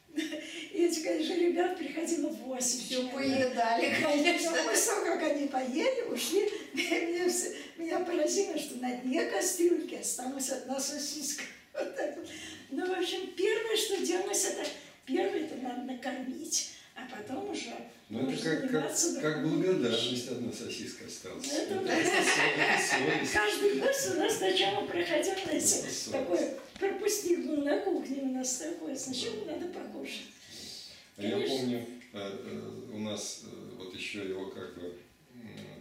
И эти, конечно, ребят приходило восемь. Все человек. поедали, конечно. После того, как они поели, ушли, меня, все- меня поразило, что на дне кастрюльки осталась одна сосиска. Вот так вот. Ну, в общем, первое, что делалось, это первое, это надо накормить, а потом уже Ну, это можно как, как, заниматься как другими благодарность вещами. одна сосиска осталась. Это Это да. совесть. Каждый гость у нас сначала проходил, знаете, совесть. такой пропустил был на кухне у нас такое. Сначала надо покушать. А я Конечно. помню, э, э, у нас э, вот еще его как бы м,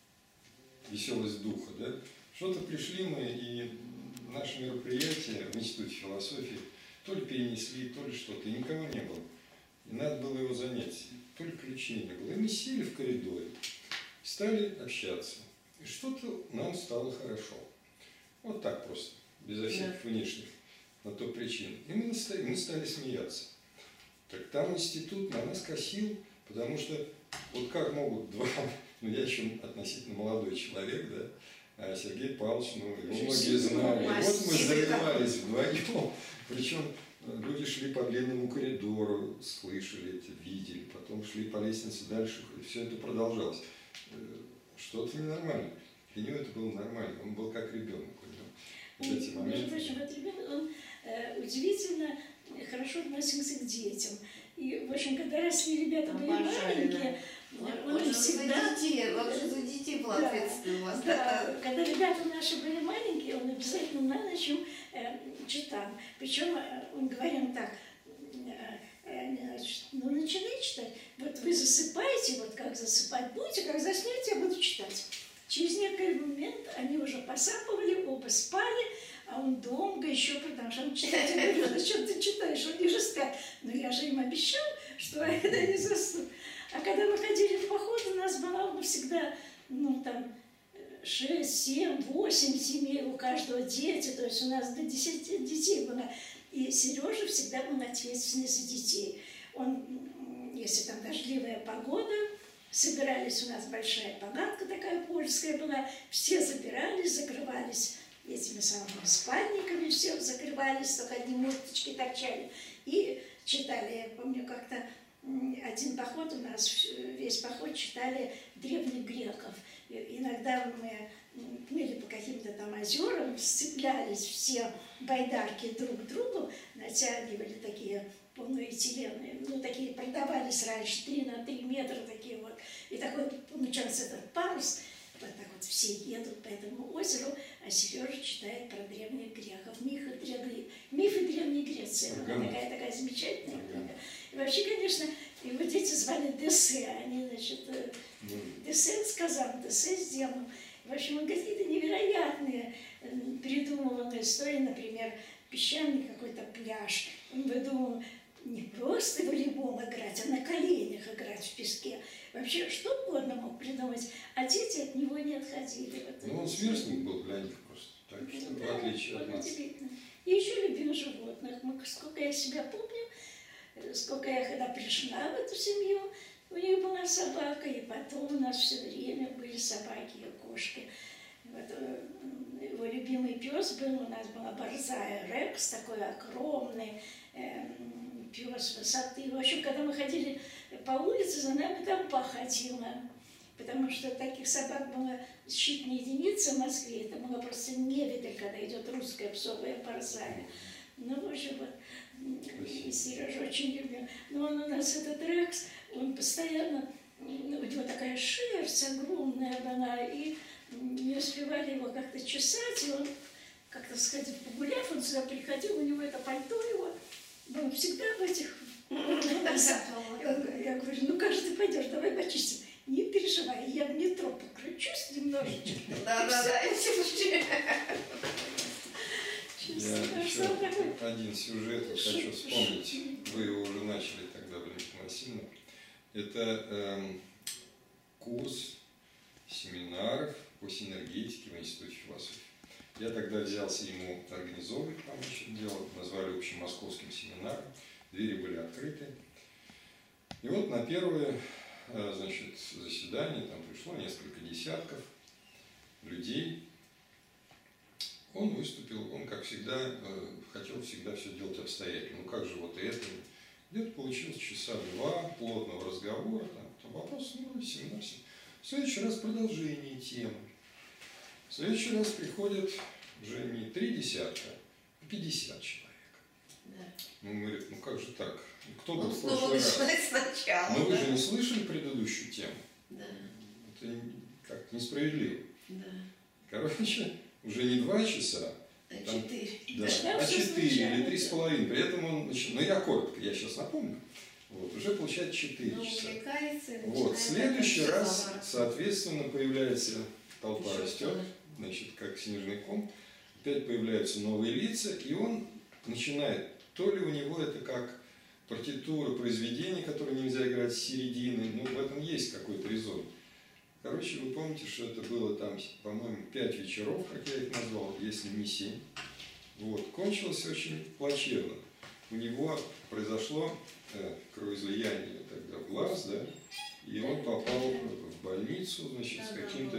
веселость духа, да? Что-то пришли мы, и наше мероприятие в Институте философии то ли перенесли, то ли что-то, и никого не было. И надо было его занять, то ли ключей не было. И мы сели в коридоре, стали общаться. И что-то нам стало хорошо. Вот так просто, безо всяких внешних на то причин. И мы, наста- мы стали смеяться. Так там институт на нас косил, потому что вот как могут два, ну я еще относительно молодой человек, да, а Сергей Павлович, ну его многие знали. И вот мы занимались вдвоем, причем люди шли по длинному коридору, слышали это, видели, потом шли по лестнице дальше, и все это продолжалось. Э, Что-то ненормально. Для него это было нормально, он был как ребенок у него. Вот эти Между моменты. прочим, этот ребенок, он э, удивительно хорошо относился к детям. И, в общем, когда росли ребята были Обожали, маленькие, Он, он он им же за всегда... детей, он же за детей был Да, ответственный у вас. Да, когда ребята наши были маленькие, он обязательно на ночь им э, читал. Причем э, он говорил так: э, э, значит, ну начинай читать, вот вы засыпаете, вот как засыпать будете, как заснете, я буду читать. Через некоторый момент они уже посапывали, оба спали, а он долго еще продолжал читать. Я говорю: зачем ты читаешь, они же спят. Но я же им обещал, что они заснут. А когда мы ходили в поход, у нас было всегда, ну, там, шесть, семь, восемь семей, у каждого дети, то есть у нас до десяти детей было. И Сережа всегда был ответственный за детей. Он, м, если там дождливая погода, собирались, у нас большая палатка такая польская была, все забирались, закрывались этими самыми спальниками, все закрывались, только одни мурточки торчали. И читали, я помню, как-то один поход у нас, весь поход читали древних греков. И иногда мы плыли по каким-то там озерам, сцеплялись все байдарки друг к другу, натягивали такие полноэтиленные, ну, такие продавались раньше, три на три метра такие вот. И такой получался этот парус, вот так вот все едут по этому озеру, а Сережа читает про древних греков, мифы, древней, мифы Древней Греции. Она такая, такая замечательная книга. И вообще, конечно, его дети звали Дессе, они, значит, Дессе сказал, Дессе сделал. В общем, он какие-то невероятные придумывал истории, например, песчаный какой-то пляж. Он выдумал не просто волейбол играть, а на коленях играть в песке. Вообще, что угодно мог придумать, а дети от него не отходили. Вот, ну, он сверстник был для них просто, так что, да, в отличие от нас. И еще любим животных. Мы, сколько я себя помню, сколько я когда пришла в эту семью, у них была собака, и потом у нас все время были собаки и кошки. Вот, его любимый пес был, у нас была борзая Рекс, такой огромный э, пес высоты. В общем, когда мы ходили по улице, за нами толпа ходила, потому что таких собак была считанная единица в Москве. Это было просто невидаль, когда идет русская псовая борзая. Ну, в общем, вот, и Сережа очень любил. Но он у нас, этот Рекс, он постоянно, у него такая шерсть огромная была, и не успевали его как-то чесать, и он, как-то сказать, погуляв, он сюда приходил, у него это пальто его было всегда в этих... Я говорю, ну как же ты пойдешь, давай почистим. Не переживай, я в метро покручусь немножечко. Да-да-да, Я еще один сюжет хочу вспомнить. Вы его уже начали тогда, Валентина Васильевна. Это э, курс семинаров по синергетике в Институте философии. Я тогда взялся ему организовывать, там еще дело, назвали общемосковским семинаром. Двери были открыты. И вот на первое, значит, заседание там пришло несколько десятков людей. Он выступил, он, как всегда, хотел всегда все делать обстоятельно. Ну как же вот это? Где-то получилось часа два плотного разговора, там, там вопрос, ну, семинар. В следующий раз продолжение темы. В следующий раз приходят уже не три десятка, а пятьдесят человек. Да. Ну, говорит, ну как же так? Кто был Он в прошлый снова раз? начинает сначала. Но вы да? же не слышали предыдущую тему. Да. Это как несправедливо. Да. Короче, уже не два часа, А там, четыре. да, Да, а все четыре случайно, или три с да. половиной. При этом он, значит, ну я коротко, я сейчас напомню, вот, уже получается четыре Но часа. увлекается и Вот, в начинает следующий опять раз, разговаривать. соответственно, появляется толпа Еще растет, кто-то. значит, как снежный ком, опять появляются новые лица, и он начинает, то ли у него это как партитура произведения, которые нельзя играть с середины, ну, в этом есть какой-то резон. Короче, вы помните, что это было там, по-моему, пять вечеров, как я их назвал, если не семь. Вот, кончилось очень плачевно. У него произошло э, кровоизлияние тогда в глаз, да, и он попал в больницу, значит, с каким-то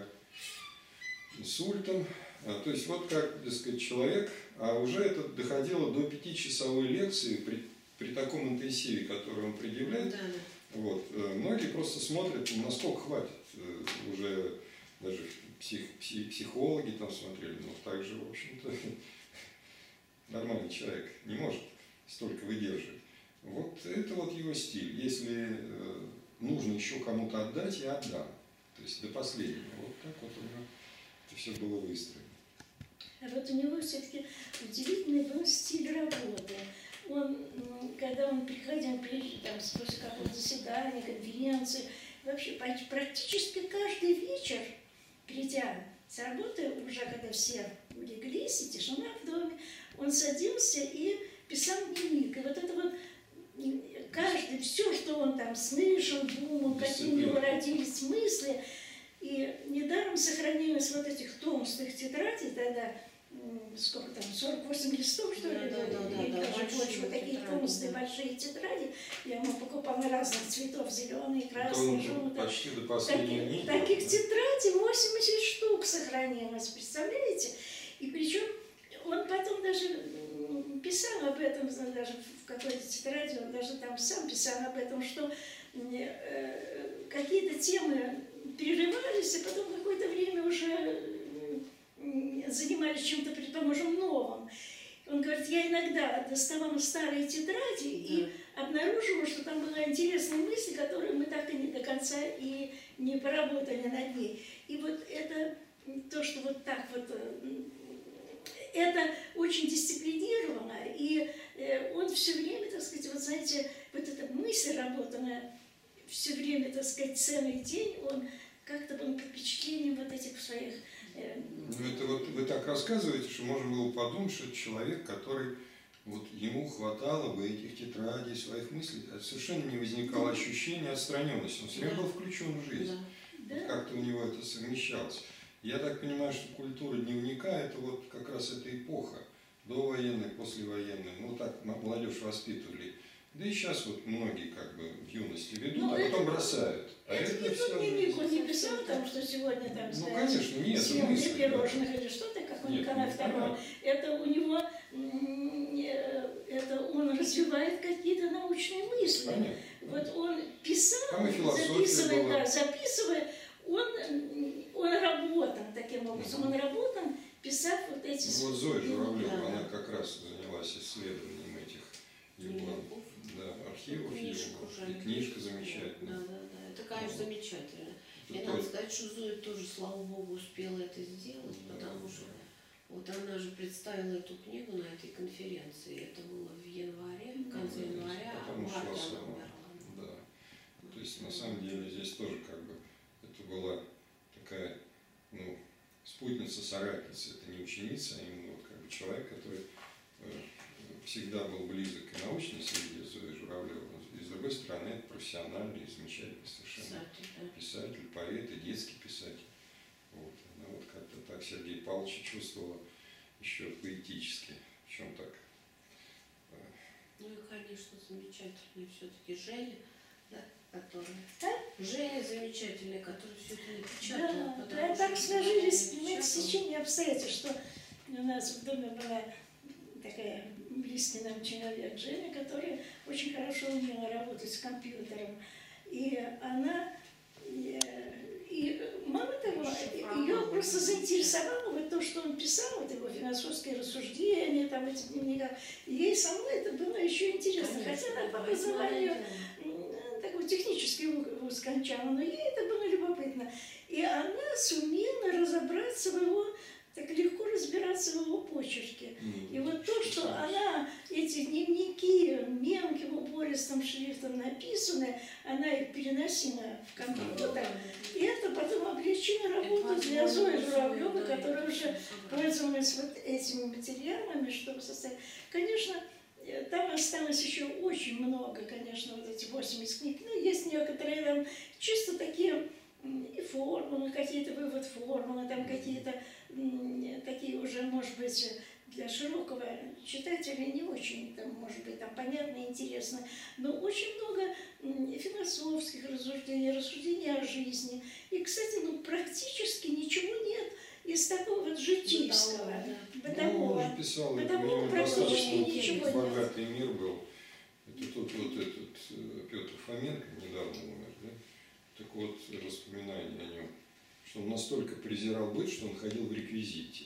микроинсультом. А, то есть вот как, так сказать, человек, а уже это доходило до пятичасовой лекции при, при таком интенсиве, который он предъявляет. Да, да. Вот. Многие просто смотрят, ну, насколько хватит. Уже даже псих, псих, психологи там смотрели, но также, в общем-то, нормальный человек не может столько выдерживать. Вот это вот его стиль. Если нужно еще кому-то отдать, я отдам. То есть до последнего. Вот так вот у него это все было выстроено. А вот у него все-таки удивительный был стиль работы. Он, когда он приходил, прежде, там, после какого-то заседания, конференции, вообще практически каждый вечер, придя с работы, уже когда все улеглись, и тишина в доме, он садился и писал дневник. И вот это вот каждый, все, что он там слышал, думал, какие у него родились мысли, и недаром сохранилось вот этих толстых тетрадей тогда, сколько там, сорок восемь листов, что ли, да, да, да, или да, даже большие больше, вот такие тетради, толстые, да. большие тетради. Я ему покупала разных цветов, зеленый, Это красный, он желтый. почти до последнего Таких, не таких делал, тетрадей восемьдесят штук сохранилось, представляете? И причем он потом даже м, писал об этом, даже в какой-то тетради, он даже там сам писал об этом, что э, какие-то темы прерывались, и потом какое-то время уже э, занимались чем-то, предположим, новым. Он говорит, я иногда доставала старые тетради и обнаружила, что там была интересная мысль, которую мы так и не до конца и не поработали над ней. И вот это то, что вот так вот, это очень дисциплинировано, и он все время, так сказать, вот знаете, вот эта мысль работанная, все время, так сказать, целый день, он как-то был под впечатлением вот этих своих... Ну, это вот вы так рассказываете, что можно было подумать, что это человек, который вот ему хватало бы этих тетрадей, своих мыслей, совершенно не возникало ощущения отстраненности. Он все время был включен в жизнь. Да. Вот как-то у него это совмещалось. Я так понимаю, что культура дневника – это вот как раз эта эпоха, довоенная, послевоенная. Ну, так молодежь воспитывали. Да и сейчас вот многие как бы в юности ведут, ну, а это, потом бросают. А это, это не все... тот дневник, он не писал там, что сегодня там, ну, сказать, конечно, нет, съем три мысль, пирожных да. или что-то, как у Нет, Николая ну, второго. Это у него, это он развивает какие-то научные мысли. Понятно. Вот он писал, Там и философия записывая, была. да, записывая, он, он работал таким образом, он работал, писав вот эти... Ну, вот Зоя Журавлева, да. она как раз занялась исследованием этих его, да, архивов, Книжку его, уже. и книжка замечательная. Да, да, да. Это, конечно, замечательно. Это И то- надо сказать, что Зоя тоже, слава богу, успела это сделать, Да, потому да. что вот она же представила эту книгу на этой конференции. Это было в январе, в конце Да, января, а потом в ушла марте она сама. умерла. Да. То есть на самом деле здесь тоже как бы это была такая, ну, спутница, соратница, это не ученица, а именно вот как бы человек, который э, всегда был близок к научной среде, Зоя Журавлева. И с другой стороны, это профессиональный, замечательный совершенно Писатель, да. писатель, поэт и детский писатель. Вот. Она вот как-то так Сергея Павловича чувствовала еще поэтически, в чем так. э, Ну и, конечно, замечательный все-таки Женя, да, который... Да? Женя замечательный, который все это напечатал. Да, потому да, так что сложились, Женя понимаете, напечатал. стечение обстоятельств, что у нас в доме была такая близкий нам человек, Женя, которая очень хорошо умела работать с компьютером. И она, и, и мало того, ее просто заинтересовало вот то, что он писал, вот его философские рассуждения, там эти дневника. Ей самой это было еще интересно, Конечно, хотя она по да, образованию молодец. такой технический вуз кончала, но ей это было любопытно. И она сумела разобраться в его, так легко разбираться в его почерке. ну, И вот то, что она, эти дневники мелким убористым шрифтом написаны, она их переносила в компьютер, и это потом облегчило работу для Зои Журавлевой, которая уже пользовалась вот этими материалами, чтобы составить. Конечно, там осталось еще очень много, конечно, вот эти восемьдесят книг. Ну, есть некоторые там чисто такие и формулы, какие-то вывод формулы, там какие-то такие уже, может быть, для широкого читателя не очень, там, может быть, там понятно и интересно, но очень много философских рассуждений, рассуждений о жизни. И, кстати, ну, практически ничего нет из такого вот житейского, бытового. Ну, он же писал, это у бытового него практически достаточно ничего нет. богатый мир был. Это тут вот этот э, Петр Фоменко недавно умер, да? Так вот, воспоминания о нем, что он настолько презирал быт, что он ходил в реквизите.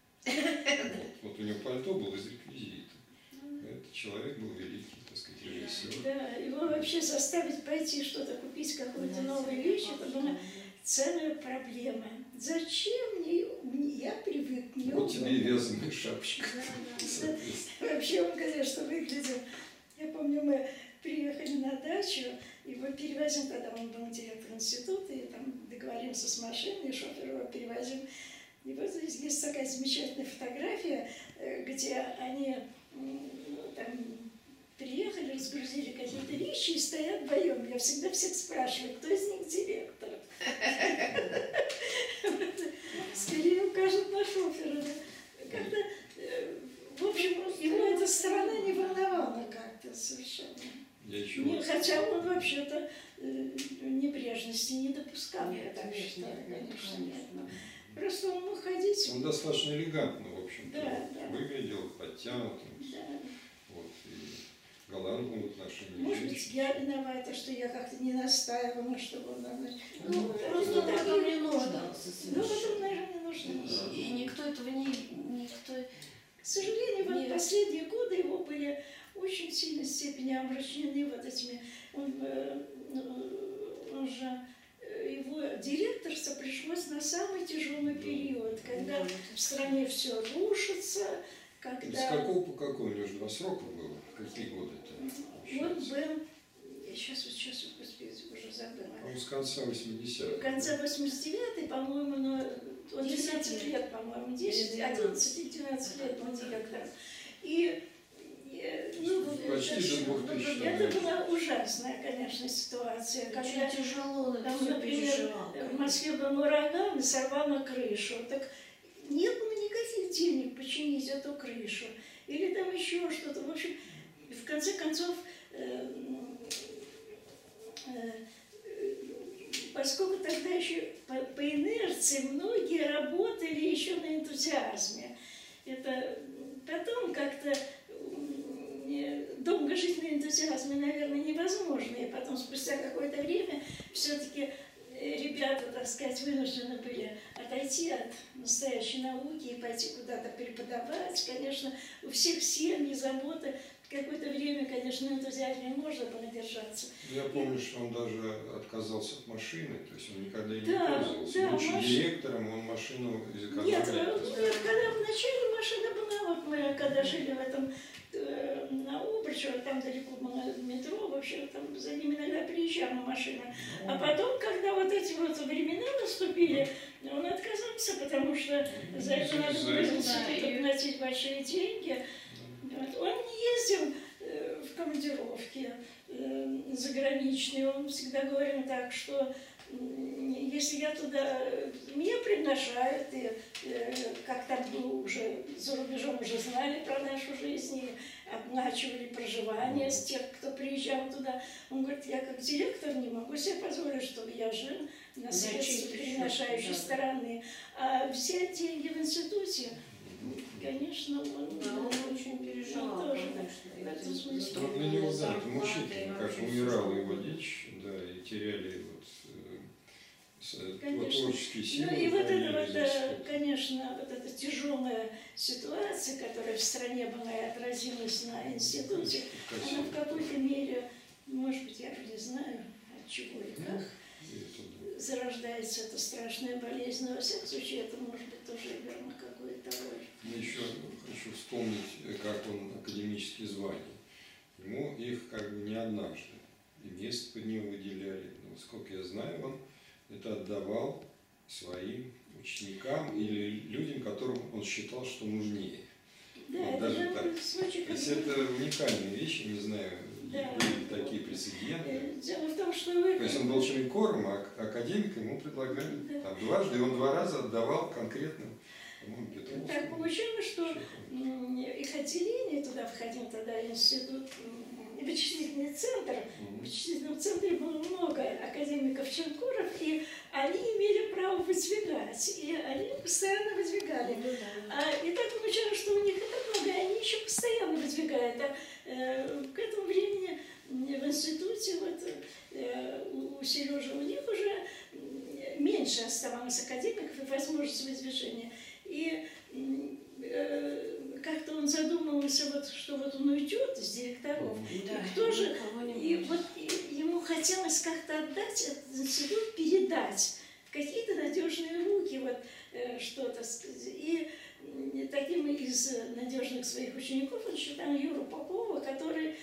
Вот, вот у него пальто было из реквизита. Этот человек был великий, так сказать, режиссер. Да, его вообще заставить пойти что-то купить, какую-то новую вещь, это была целая проблема. Зачем мне, я привык к нему. Вот тебе и вязаная шапочка. Да, да. Вообще он, конечно, выглядел. Я помню, мы приехали на дачу, его перевозим, тогда он был директор института, и там договоримся с машиной, и шофер его перевозим. И вот здесь есть такая замечательная фотография, где они ну, там приехали, разгрузили какие-то вещи и стоят вдвоем. Я всегда всех спрашиваю, кто из них директор. Скорее укажут на шофера. как-то, э, в общем, его эта сторона не волновала как-то совершенно. Я еще Не, вот- хотя он вообще-то э, небрежности не допускал, я Нет, так нет, считаю, нет, конечно, нет, нет. Но просто он мог ходить. Он достаточно элегантно, в общем-то, Да, да. выглядел, подтянутым. Да. Вот, и галантным в отношении Может быть, женщин. я виновата, что я как-то не настаивала, чтобы он... Ну, Ну, это просто вот он так потом и не нужно. нуждался Ну, потом, совершенно. наверное, не нужно. И, и никто этого не... Никто... К сожалению, вот Нет. последние годы его были очень сильной степени омрачнены вот этими... Он, э, э, он же... э, Его директорство пришлось на самый тяжелый период, когда Да, в стране все рушится, когда... С какого по какой? У него же два срока было. Какие годы-то? Он был... Сейчас, вот сейчас, вот, господи, уже забыла. Он с конца восьмидесятых. В конце восемьдесят девятый, по-моему, но он десять лет, по-моему, десять, одиннадцать или двенадцать лет был директором. И, и, ну, Почти это, до двухтысячного. это была ужасная, конечно, ситуация. Когда, Очень тяжело он это там, все например, переживал. в Москве был ураган и сорвал на крышу. Так не было никаких денег починить эту крышу. Или там еще что-то. В общем, в конце концов, э, э, поскольку тогда еще по, по инерции многие работали еще на энтузиазме. Это потом как-то м, долго жить на энтузиазме, наверное, невозможно. И потом, спустя какое-то время, все-таки ребята, так сказать, вынуждены были отойти от настоящей науки и пойти куда-то преподавать. Конечно, у всех семьи, заботы. Какое-то время, конечно, на энтузиазме можно было держаться. Я помню, что он даже отказался от машины, то есть он никогда ей не Да, пользовался. да, Будучи маш- директором, он машину из экономики. Нет, ну, нет, когда вначале машина была, вот мы когда жили в этом, э, на Обручево, там далеко было метро, вообще там за ним иногда приезжала машина. А потом, когда вот эти вот времена наступили, он отказался, потому что за это надо было из института платить большие деньги. Вот. Он не ездил э, в командировки э, заграничные, он всегда говорил так, что м, если я туда, меня приглашают, и э, как там было уже, за рубежом уже знали про нашу жизнь, и оплачивали проживание с тех, кто приезжал туда. Он говорит, я как директор не могу себе позволить, чтобы я жил на средства приглашающей да. стороны. А взять деньги в институте, конечно, он, Да, он очень переживал, он тоже, конечно. в этом смысле. Ну, для него, да, это Зарплаты, мучительно, как вообще умирала всё. его дичь, да, и теряли вот, э, с- вот Конечно. творческие силы. Ну и вот уходили это вот, из э, института. конечно, вот эта тяжелая ситуация, которая в стране была и отразилась на институте, она в какой-то мере, может быть, я не знаю, от чего и как, И это, да. зарождается эта страшная болезнь, но во всяком случае это может быть тоже играло какую-то роль. Я еще хочу вспомнить, э, как он академические звания. Ему их как бы не однажды. И место под него выделяли. Но, сколько я знаю, он это отдавал своим ученикам или людям, которым он считал, что нужнее. Да, Вот это даже был так. случай, То есть когда- это уникальная вещь, я не знаю, Да. были ли такие прецеденты. Э, Дело в том, что вы... То есть он был военкором, а академик ему предлагали Да. там, дважды, и он два раза отдавал конкретным, по-моему, Так Петровскому. получилось, что Чехову. м, их отделение, туда входил тогда институт, м, вычислительный центр. В Мгм. вычислительном центре было много академиков-ченкуров, и они имели право выдвигать, и они постоянно выдвигали. Ну да. А, и так получалось, что у них это много, и они еще постоянно выдвигают. А э, к этому времени м, в институте, вот, э, у, у Сережи, у них уже м, меньше оставалось академиков и возможности выдвижения. И м, э, как-то он задумывался, вот, что вот он уйдет из директоров. Да, И кто же, никого не и будет. вот и ему хотелось как-то отдать этот институт, передать в какие-то надежные руки, вот э, что-то. с- И м, таким из надежных своих учеников он считал Юру Попова, который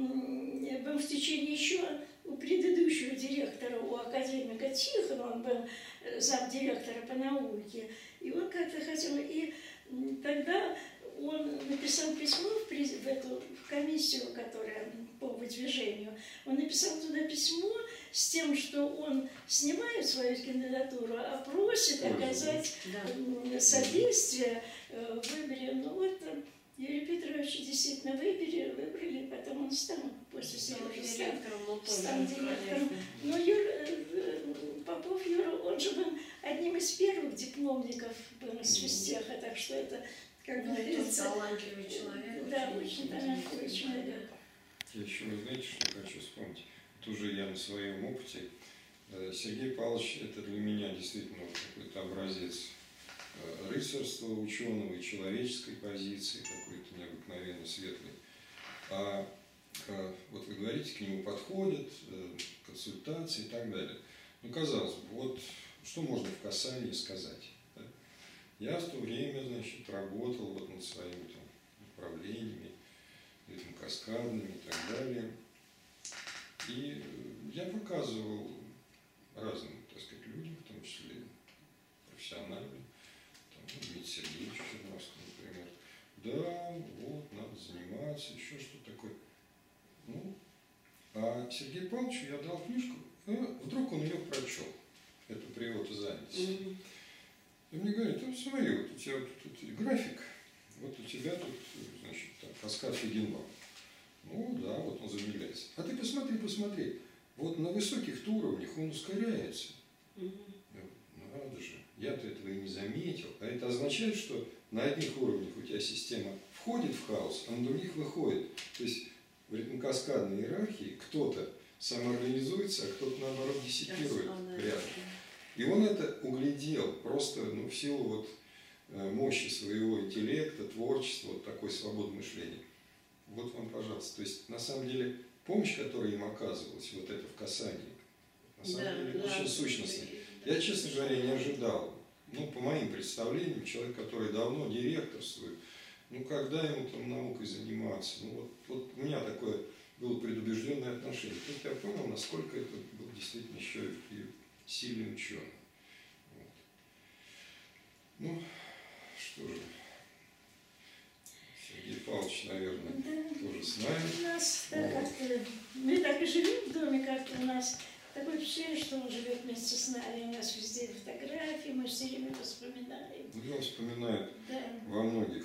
м, был в течение еще у предыдущего директора, у академика Тихона, он был э, замдиректора по науке. И он как-то хотел, и м, тогда он написал письмо в, през- в эту в комиссию, которая по выдвижению. Он написал туда письмо с тем, что он снимает свою кандидатуру, а просит оказать Да. содействие в выборе. Ну вот Юрий Петрович действительно выбрали, выбрали, потом он стал после Сережи стал, стал директором. Но Юра, Попов Юра, он же был одним из первых дипломников с физтеха, так что это, как Ну, говорится, талантливый человек. да, очень талантливый человек. Я еще, вы знаете, что хочу вспомнить? Тоже я на своем опыте. Сергей Павлович, это для меня действительно какой-то образец рыцарства ученого и человеческой позиции, какой-то необыкновенно светлый. А вот вы говорите, к нему подходят, консультации и так далее. Ну, казалось бы, вот что можно в касании сказать? Да? Я в то время, значит, работал вот над своими там направлениями, этим каскадными и так далее. И я показывал разным, так сказать, людям, в том числе профессиональным, там, Дмитрию Сергеевичу Черновскому, например. Да, вот, надо заниматься, еще что-то такое. Ну, а Сергею Павловичу я дал книжку, и вдруг он ее прочел. Это «Природа занятости». Mm-hmm. И мне говорит: ну, смотри, вот у тебя вот тут график, вот у тебя тут, значит, там, каскад Фегенбаума. Ну да, вот он замедляется. А ты посмотри, посмотри, вот на высоких уровнях он ускоряется. Mm-hmm. Ну, надо же, я-то этого и не заметил. А это означает, что на одних уровнях у тебя система входит в хаос, а на других выходит. То есть в ритмокаскадной иерархии кто-то самоорганизуется, а кто-то, наоборот, диссипирует рядом. И он это углядел просто, ну, в силу вот мощи своего интеллекта, творчества, вот такой свободы мышления. Вот вам, пожалуйста. То есть, на самом деле, помощь, которая им оказывалась, вот это в касании, на самом да, деле, да, очень сущностная. Да. Я, честно говоря, не ожидал. Ну, по моим представлениям, человек, который давно директорствует, ну, когда ему там наукой заниматься? Ну, вот, вот у меня такое было предубежденное отношение. Тут я понял, насколько это был действительно еще и сильный ученый. Вот. Ну, что же, Сергей Павлович, наверное, да, тоже с нами. У нас, да, вот. Мы так и живем в доме, как у нас такое впечатление, что он живет вместе с нами. У нас везде фотографии, мы все время его вспоминаем. Его вспоминают да. во многих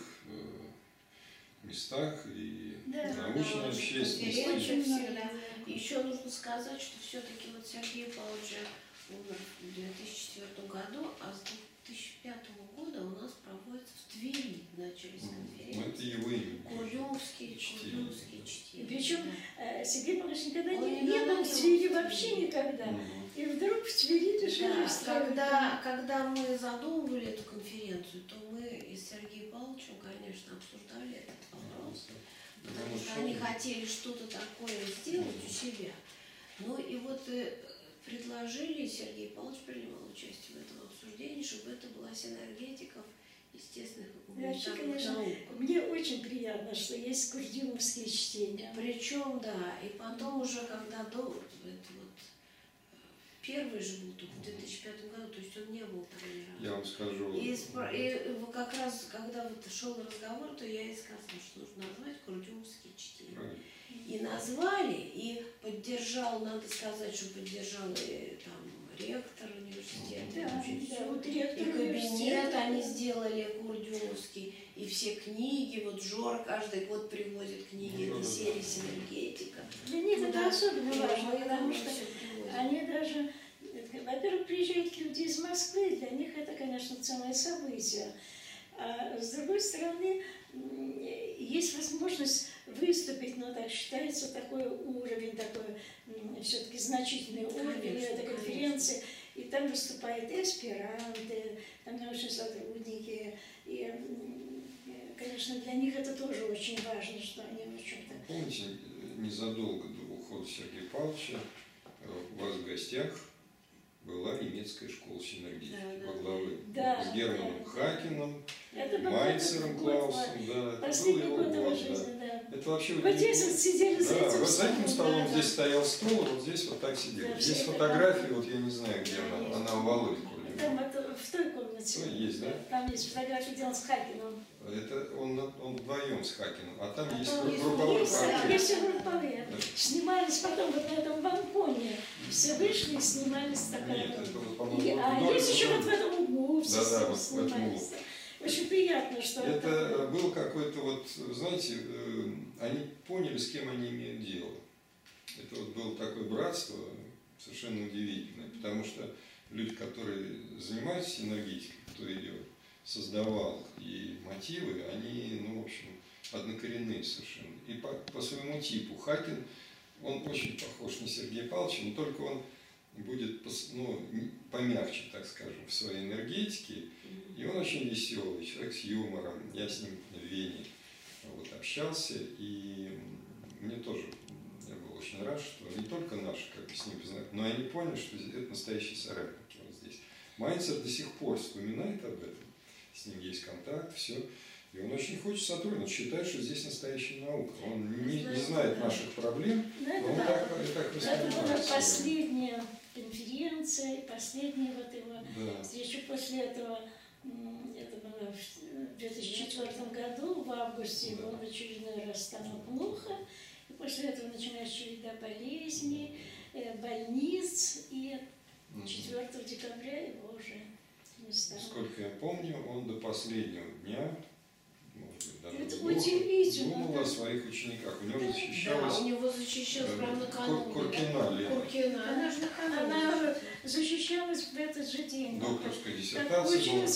э, местах и да. научной да, общественности. Всегда. Еще нужно сказать, что все-таки вот Сергей Павлович умер в две тысячи четвёртом году, а с две тысячи пятого года у нас проводится в Твери, начались конференции. Ну, это его имя. Курдюмские чтения. чтения. Причем да. Сергей Павлович никогда не, не был в Твери вообще никогда. Угу. И вдруг в Твери решили да, когда, когда мы задумывали эту конференцию, то мы и с Сергеем Павловичем, конечно, обсуждали этот вопрос. Да, потому что они хотели что-то такое сделать у себя. Ну и вот предложили, Сергей Павлович принимал участие в этом обсуждении, чтобы это была синергетика естественных и гуманитарных наук. Мне очень приятно, что есть курдюмовские чтения. Причем, да, и потом уже, когда до, это вот, первый же был только в две тысячи пятом году, то есть он не был там ни разу. Я вам скажу. И, и как раз, когда вот шел разговор, то я и сказала, что нужно назвать курдюмовские чтения. Правильно. И назвали, и поддержал, надо сказать, что поддержал и там ректор университета, да, и, да, все. вот И кабинет они сделали курдюмовский, и все книги, вот Жор каждый год привозит книги этой серии «Синергетика». Для них ну, это да, особенно важно, потому что они даже, во-первых, приезжают люди из Москвы, для них это, конечно, целое событие. А с другой стороны, есть возможность выступить, но так считается, такой уровень, такой все-таки значительный уровень этой конференции. Конечно. И там выступают и аспиранты, там научные сотрудники. И, конечно, для них это тоже очень важно, что они в чем-то... Помните, незадолго до ухода Сергея Павловича у вас в гостях была немецкая школа синергетики да, во главе да, с Германом да, Хакеном, это Майцером Клаусом. Да, это был его год. Жизни, да. Да. Это вообще вот здесь вот сидели да, за этим вот за этим столом да, здесь да. стоял стол, а вот здесь вот так сидели. Да, здесь фотографии, вот я не знаю, где да, она, она у Володи. Там это в той комнате. Ну, есть, да? Там есть фотографии, где он с Хакином. Это он, он вдвоем с Хакином, а там А есть там групповой есть, портрет. есть все групповые. Да. Снимались потом вот на этом балконе. Все вышли и снимались такая. Нет, это, вот, И- по-моему, а вдоль- есть еще вот в этом углу все Да-да, вот в этом снимались. углу. Очень приятно, что Это был какой-то вот, знаете, э, они поняли, с кем они имеют дело. Это вот было такое братство совершенно удивительное, потому что люди, которые занимаются энергетикой, кто ее создавал, и мотивы, они, ну, в общем, однокоренные совершенно. И по, по своему типу Хакин, он очень похож на Сергея Павловича, но только он будет, ну, помягче, так скажем, в своей энергетике. И он очень веселый, человек с юмором. Я с ним в Вене вот, общался, и мне тоже, я был очень рад, что не только наши как бы, с ним познакомились, но они поняли, что это настоящие соратники вот здесь. Майнцер до сих пор вспоминает об этом, с ним есть контакт, все. И он очень хочет сотрудничать, он считает, что здесь настоящая наука. Он не, не знает наших проблем, ну, но он да. так, так Это была воспринимает. последняя конференция, и последняя вот его Да. встреча после этого. м, Это было в две тысячи четвёртом году, в августе, Да. он в очередной раз стало плохо. И после этого началась череда болезней, э, больниц, и Мгм. четвёртого декабря его уже не стало. Сколько я помню, он до последнего дня, может быть, даже Это вдоха, удивительно, думал да. о своих учениках. У него Да. защищалась Да, у него защищалась э, прямо Кур- накануне. Куркина да? Лена. Куркина. Она же накануне. Она защищалась в этот же день. Докторская Так диссертация была получилось,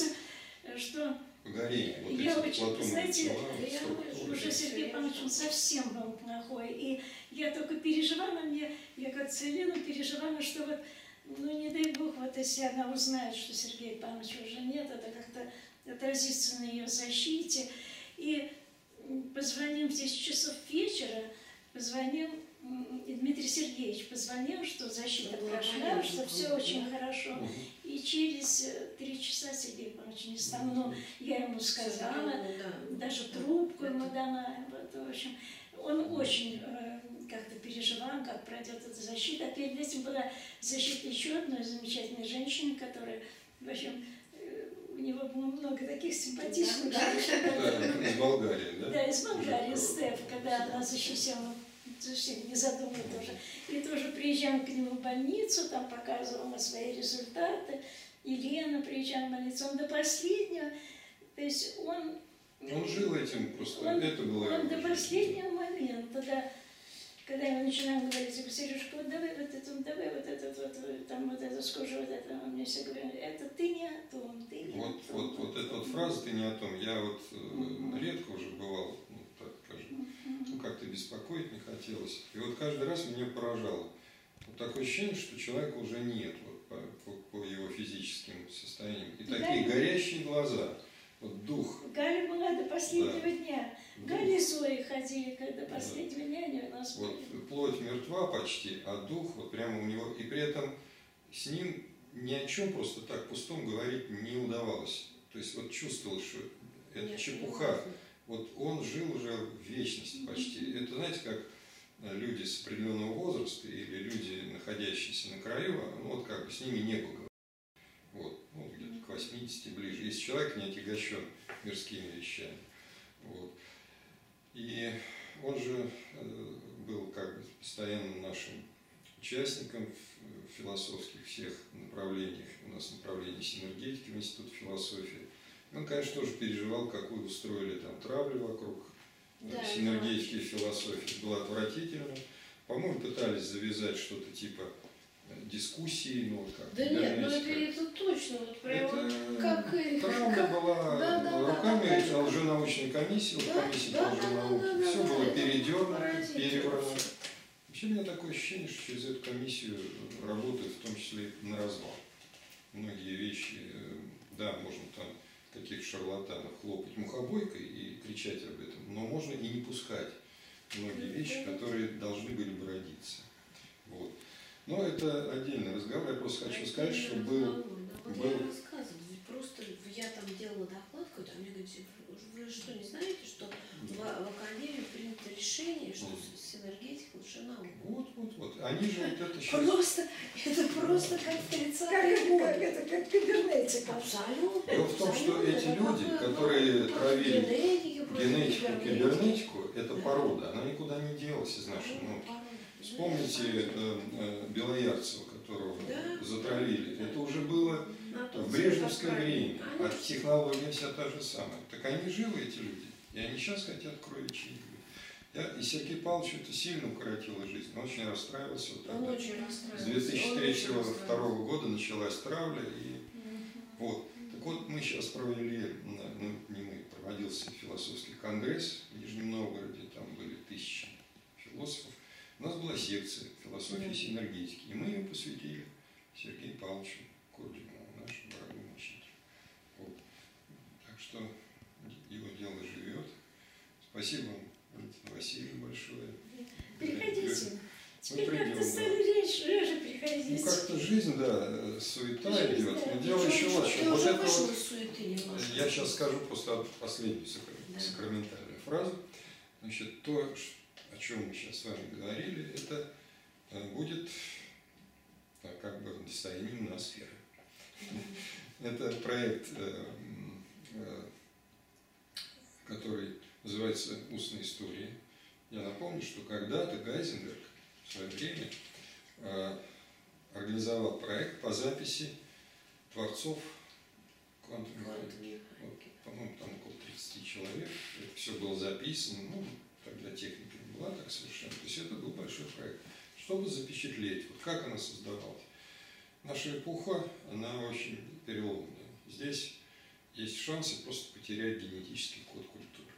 что по горению. Вот я эти очень, Платонова знаете, начала, я столько уже тоже. уже Сергей Павлович, он совсем был плохой. И я только переживала, мне, я как Целина переживала, что вот, ну не дай бог, вот если она узнает, что Сергея Павловича уже нет, это как-то отразится на ее защите. И м, позвоним в десять часов вечера, позвонил, м, и Дмитрий Сергеевич позвонил, что защита прошла, что все очень хорошо. Мгм. И через э, три часа Сергей Павлович не стал. Но я ему сказала, Да. даже трубку ему дала. Вот, в общем, он очень э, как-то переживал, как пройдет эта защита. А перед этим была защита еще одной замечательной женщины, которая, в общем, э, у него было много таких симпатичных Да, да. женщин. Да, из Болгарии, да? Да, из Болгарии, Жукова. Стеф, когда она защищала, совсем не задумала тоже. И тоже приезжала к нему в больницу, там показывала свои результаты. Елена приезжала в больницу, он до последнего, то есть он... Он жил этим просто, Он- это было Он его до жизнь. последнего момента, да, когда я начинала говорить, я говорю, Сережка, вот давай вот это, давай вот этот, вот, вот, там вот это, скажи вот это, он мне все говорит, это ты не о том, ты не Вот, о том. вот, вот эта вот фраза «ты не о том». Я вот э, редко уже бывал, ну, так скажем, ну, как-то беспокоить не хотелось. И вот каждый раз меня поражало. Вот такое ощущение, что человека уже нет вот, по, по- по его физическим состояниям. И Да. такие горящие глаза, вот дух. Галя была до последнего Да. дня. дух. Галя и Зоя ходили, когда до последнего дня они у нас Вот были. плоть мертва почти, а дух вот прямо у него. И при этом с ним ни о чем просто так пустом говорить не удавалось. То есть вот чувствовал, что это Нет, чепуха. Вот он жил уже в вечности почти. Это, знаете, как люди с определенного возраста или люди, находящиеся на краю, ну вот как бы с ними не было говорить. Вот, ну, где-то к восьмидесяти ближе. Если человек не отягощен мирскими вещами. Вот. И он же э, был как бы постоянным нашим участником в, в философских всех направлениях. У нас направление синергетики в Институте философии. Он, конечно, тоже переживал, какую устроили там травлю вокруг э, Да, синергетики и философии. Было отвратительно. По-моему, пытались завязать что-то типа э, дискуссии, ну вот как. Да я нет, ну знаете, это, как- это точно, вот прямо это как и- травма как- была Да, да, да, руками да, да. лженаучной комиссии, вот Да, комиссии да, по да, да, лженауке. да, да, Все да, было это передернуто, поразительно. перебрано. Вообще у меня такое ощущение, что через эту комиссию работают в том числе и на развал. Многие вещи, э, да, можно там каких шарлатанов хлопать мухобойкой и кричать об этом, но можно и не пускать многие вещи, которые должны были бы родиться. Вот. Но это отдельный разговор. Я просто хочу сказать, что был... Вот был- я рассказываю, просто я там делала доклад какой-то. А мне говорят, вы что, не знаете, что в, в Академии принято решение, что синергетика лучше наука? Вот, вот, вот. Они же вот это сейчас... Просто, это просто как в Как, тридцатые как годы. это, как кибернетика. Абсолютно. Дело в том, что абсолютно. эти Это люди, как, которые против травили генетики, против генетику, кибернетики. кибернетику, это Да. порода, она никуда не делась из нашей Порода, науки. порода. Вспомните э, э, Белоярцева, которого Да. затравили. Это уже было На том в брежневское свете время, отправили. а технология вся та же самая. Так они живы, эти люди, и они сейчас хотят крови чьи. Я, и Сергей Павлович это сильно укоротило жизнь, он очень расстраивался. Вот Он тогда. очень С расстраивался. две тысячи Он третьего — очень две тысячи второго года началась травля, и вот. Так вот, мы сейчас провели, ну, не мы, проводился философский конгресс в Нижнем Новгороде, там были тысячи философов. У нас была секция философии синергетики, и мы ее посвятили Сергею Павловичу Курдюмову, нашему дорогому учителю. Вот. Так что его дело живет. Спасибо вам, Валентина Васильевна, большое. Приходите. Теперь придем, как-то да. стали реже, реже приходить. Ну, как-то жизнь, да, суета Жизнь, идет. да. Но дело еще вот, Ты что вот уже это вышел вот, из суеты немножко. я сейчас скажу просто последнюю сакра- Да. сакраментальную фразу. Значит, то, ш- о чем мы сейчас с вами говорили, это э, будет э, как бы достоянием ноосферы. Это проект, э, э, который называется «Устные истории». Я напомню, что когда-то Гайзенберг в свое время э, организовал проект по записи творцов квантовой механики. Вот, по-моему, там около тридцати человек. Это все было записано. Ну, тогда техника не была так совершенно. То есть это был большой проект. Чтобы запечатлеть, вот как она создавалась. Наша эпоха, она очень переломная. Здесь есть шансы просто потерять генетический код культуры.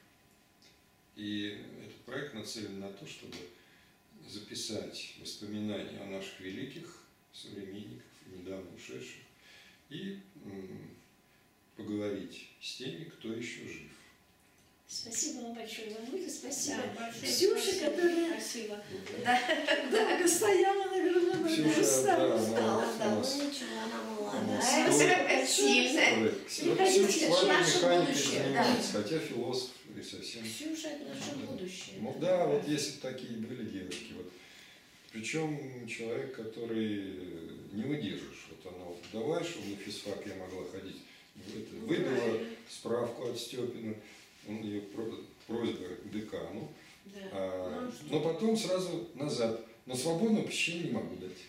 И этот проект нацелен на то, чтобы записать воспоминания о наших великих современниках, недавно ушедших, и м, поговорить с теми, кто еще жив. Спасибо вам большое, Вануля, спасибо. Да, большое Ксюше, спасибо. которая Спасибо. долго стояла, наверное, но Ксюша, не да, устала. она Устала, да, у нас- ну ничего, она у молодая. нас Сильная. Ксюша Приходите, с вами наше механикой будущее, занимается, хотя философ и совсем. Ксюша — это наше будущее. Ну да, вот если бы такие были девушки. Вот. Причем человек, который не выдержишь. Вот она вот, давай, чтобы на физфак я могла ходить. Это, Ну, выдала правильно. справку от Степина, он ее про- просьба к декану. Да. А, Ну, а что? но потом сразу назад. Но свободного посещения не могу дать.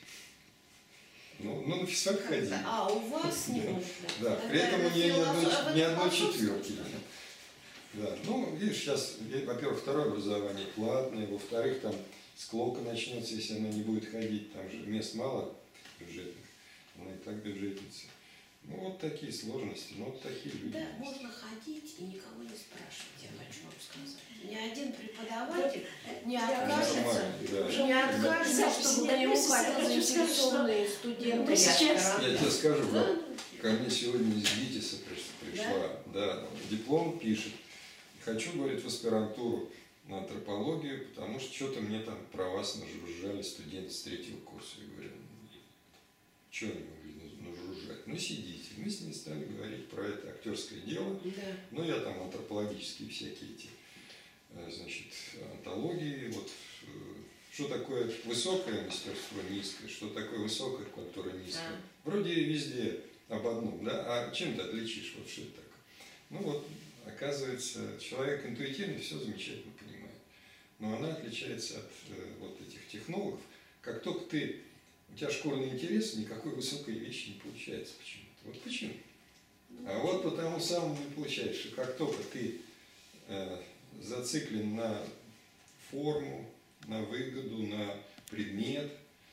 Ну, ну на физфак ходи. А, у вас не может быть. Да, при этом у нее ни одной, ни одной четверки. Да. Да, ну, видишь, сейчас, во-первых, второе образование платное, во-вторых, там склока начнется, если она не будет ходить, там же мест мало бюджетных, она и так бюджетница. Ну, вот такие сложности, ну, вот такие люди. Да, есть. можно ходить и никого не спрашивать, я хочу вам сказать. Ни один преподаватель не Я откажется, Нормально, да. не откажется, Запись чтобы не на него относится, я ходили хочу сказать, заинтересованные студенты. мы сейчас- и аспиранты. Я тебе скажу, Да. вот, ко мне сегодня из ГИТИСа приш- пришла, да, диплом пишет. Хочу, говорит, в аспирантуру на антропологию, потому что что-то мне там про вас нажужжали студенты с третьего курса. Я говорю, что они могли нажужжать? Ну, сидите. Мы с ней стали говорить про это актерское дело. Да. Ну, я там антропологические всякие эти, э, значит, антологии, вот, э, что такое высокое мастерство, низкое, что такое высокая культура, низкая. Да. Вроде везде об одном, да, а чем ты отличишь, вот что это такое? Ну, вот, оказывается, человек интуитивно все замечательно понимает. Но она отличается от э, вот этих технологов. Как только ты, у тебя шкурный интерес, никакой высокой вещи не получается почему-то. Вот почему? А вот потому самому и получается, что как только ты э, зациклен на форму, на выгоду, на предмет,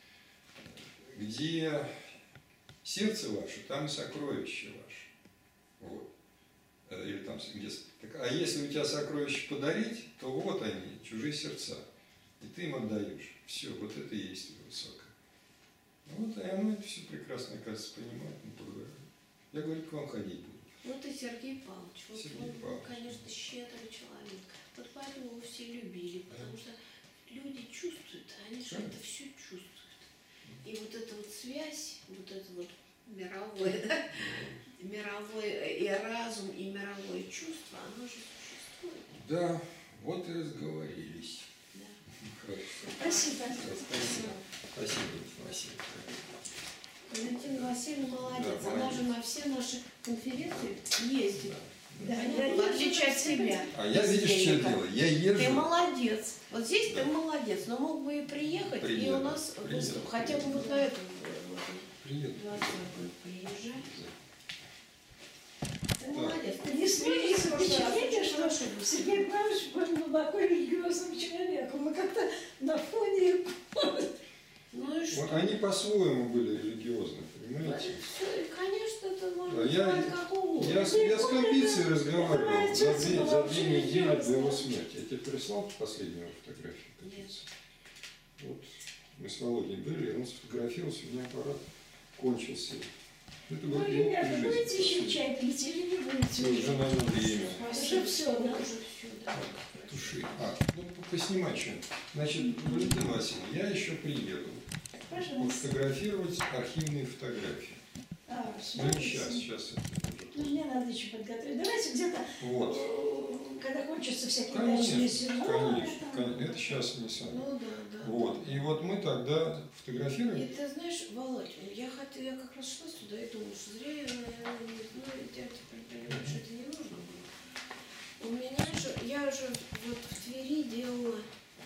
где сердце ваше, там и сокровище ваше. Вот. Или там где... Так, а если у тебя сокровища подарить, то вот они, чужие сердца. И ты им отдаешь. Все, вот это и есть высокое. Вот, и оно это все прекрасно, оказывается, понимает. Ну, поговорим. Я говорю, к вам ходить буду. Вот и Сергей Павлович, вот Сергей он, Павлович. конечно, щедрый человек. Вот поэтому его все любили, потому что люди чувствуют, они же это все чувствуют. И вот эта вот связь, вот это вот мировое, да, мировой и разум, и мировое чувство, оно же существует. Да, вот и разговорились. Да. Хорошо. Спасибо. Спасибо. Спасибо, Василий. Валентина Васильевна молодец. Да, Она молодец. же на все наши конференции ездит. Да, Понятно? я В отличие от езжу, тебя. А я, видишь, что Денег. делаю? Я Ты езжу. молодец. Вот здесь Да. ты молодец, но мог бы и приехать, и Приеду, у нас приеду, выступ. Хотя бы приеду. вот на этом Приеду. двадцатом приезжай. Ты Так. молодец. Ты Не не сложится смеешься, впечатление, что что хорошо Сергей Иванович был глубоко религиозным человеком. Мы как-то на фоне... Ну и что? Вот они по-своему были религиозны, понимаете? Всё, конечно, это можно А я- назвать как угодно. Я, с- я с компицией это разговаривал моя за тетя две, была за вообще две недели до религиозная. его смерти. Я тебе прислал последнюю фотографию компиции? Вот мы с Володей были, он сфотографировался, у меня аппарат кончился. Это Ну, был его ребята, жизнь будете еще последняя. чай пить или не будете? Ну, уже, наверное, время. Уже все, да? Уже все, да. Туши. А, ну поснимай что-нибудь. Значит, Валентина Васильевна, я еще приеду Пожалуйста. фотографировать архивные фотографии. А, Ну не сейчас, сейчас это Ну, уже. мне надо еще подготовить. Давайте где-то, Вот. э, когда кончатся всякие Конечно, дачные сезоны. конечно, там. конечно. Это сейчас не самое. Ну да, да. Вот. И вот мы тогда И фотографируем. ты знаешь, Володь, я хотела, я как раз шла сюда и думала, что зря я, наверное, не знаю, я теперь понимаю, что это не нужно было. У меня же, я же вот в Твери делала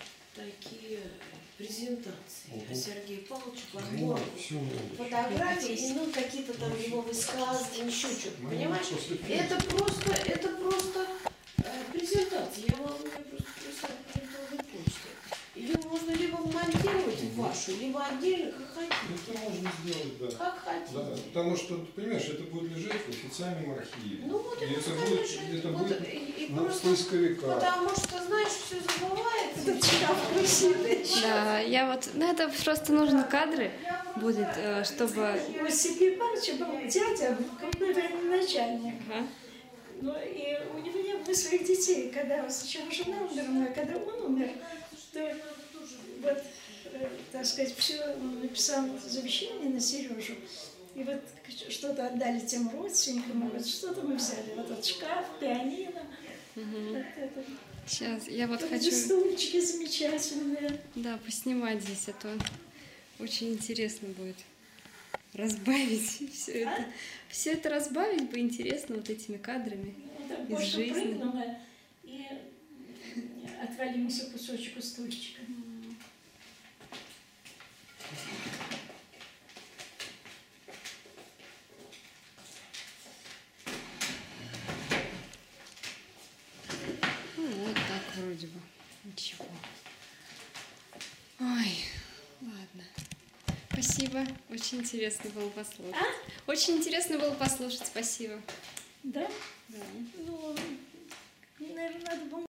такие презентации Ого. о Сергее Павловиче Вот, Подгорном. все молодежь. Фотографии, и, ну, какие-то там его высказывания, еще что-то, Ну, понимаешь? после фильма. Это просто, это просто э, презентация. Я могу ее просто прислать по электронной почте. Ее можно либо монтировать в вашу, либо отдельно, как хотите. Это можно сделать, да. Как хотите. Да, потому что, ты понимаешь, это будет лежать в официальном архиве. Ну вот И это, это конечно, будет, это вот, будет и, и на просто поисковиках. потому что, знаешь, все забывается. Этот шкаф красивый. Да, я вот, ну это просто нужны кадры будет, э, чтобы... У Сергея Ивановича был дядя, крупный военный начальник. Ага. Ну, и у него не было своих детей. Когда сначала жена умерла, а когда он умер, то вот, э, так сказать, все он написал завещание на Сережу. И вот что-то отдали тем родственникам, а вот что-то мы взяли. Вот этот шкаф, пианино. Мгм. Вот это. Сейчас, я вот Вот хочу, эти стульчики замечательные. да, поснимать здесь, а то очень интересно будет разбавить все это. Все это разбавить бы интересно вот этими кадрами. Ну, там Из кошка жизни. прыгнула и отвалился кусочек у стульчика. Ну, вот так вроде бы. Ничего. Ой, ладно. Спасибо. Очень интересно было послушать. Очень интересно было послушать. Спасибо. Да? Да. Ну, наверное, надо было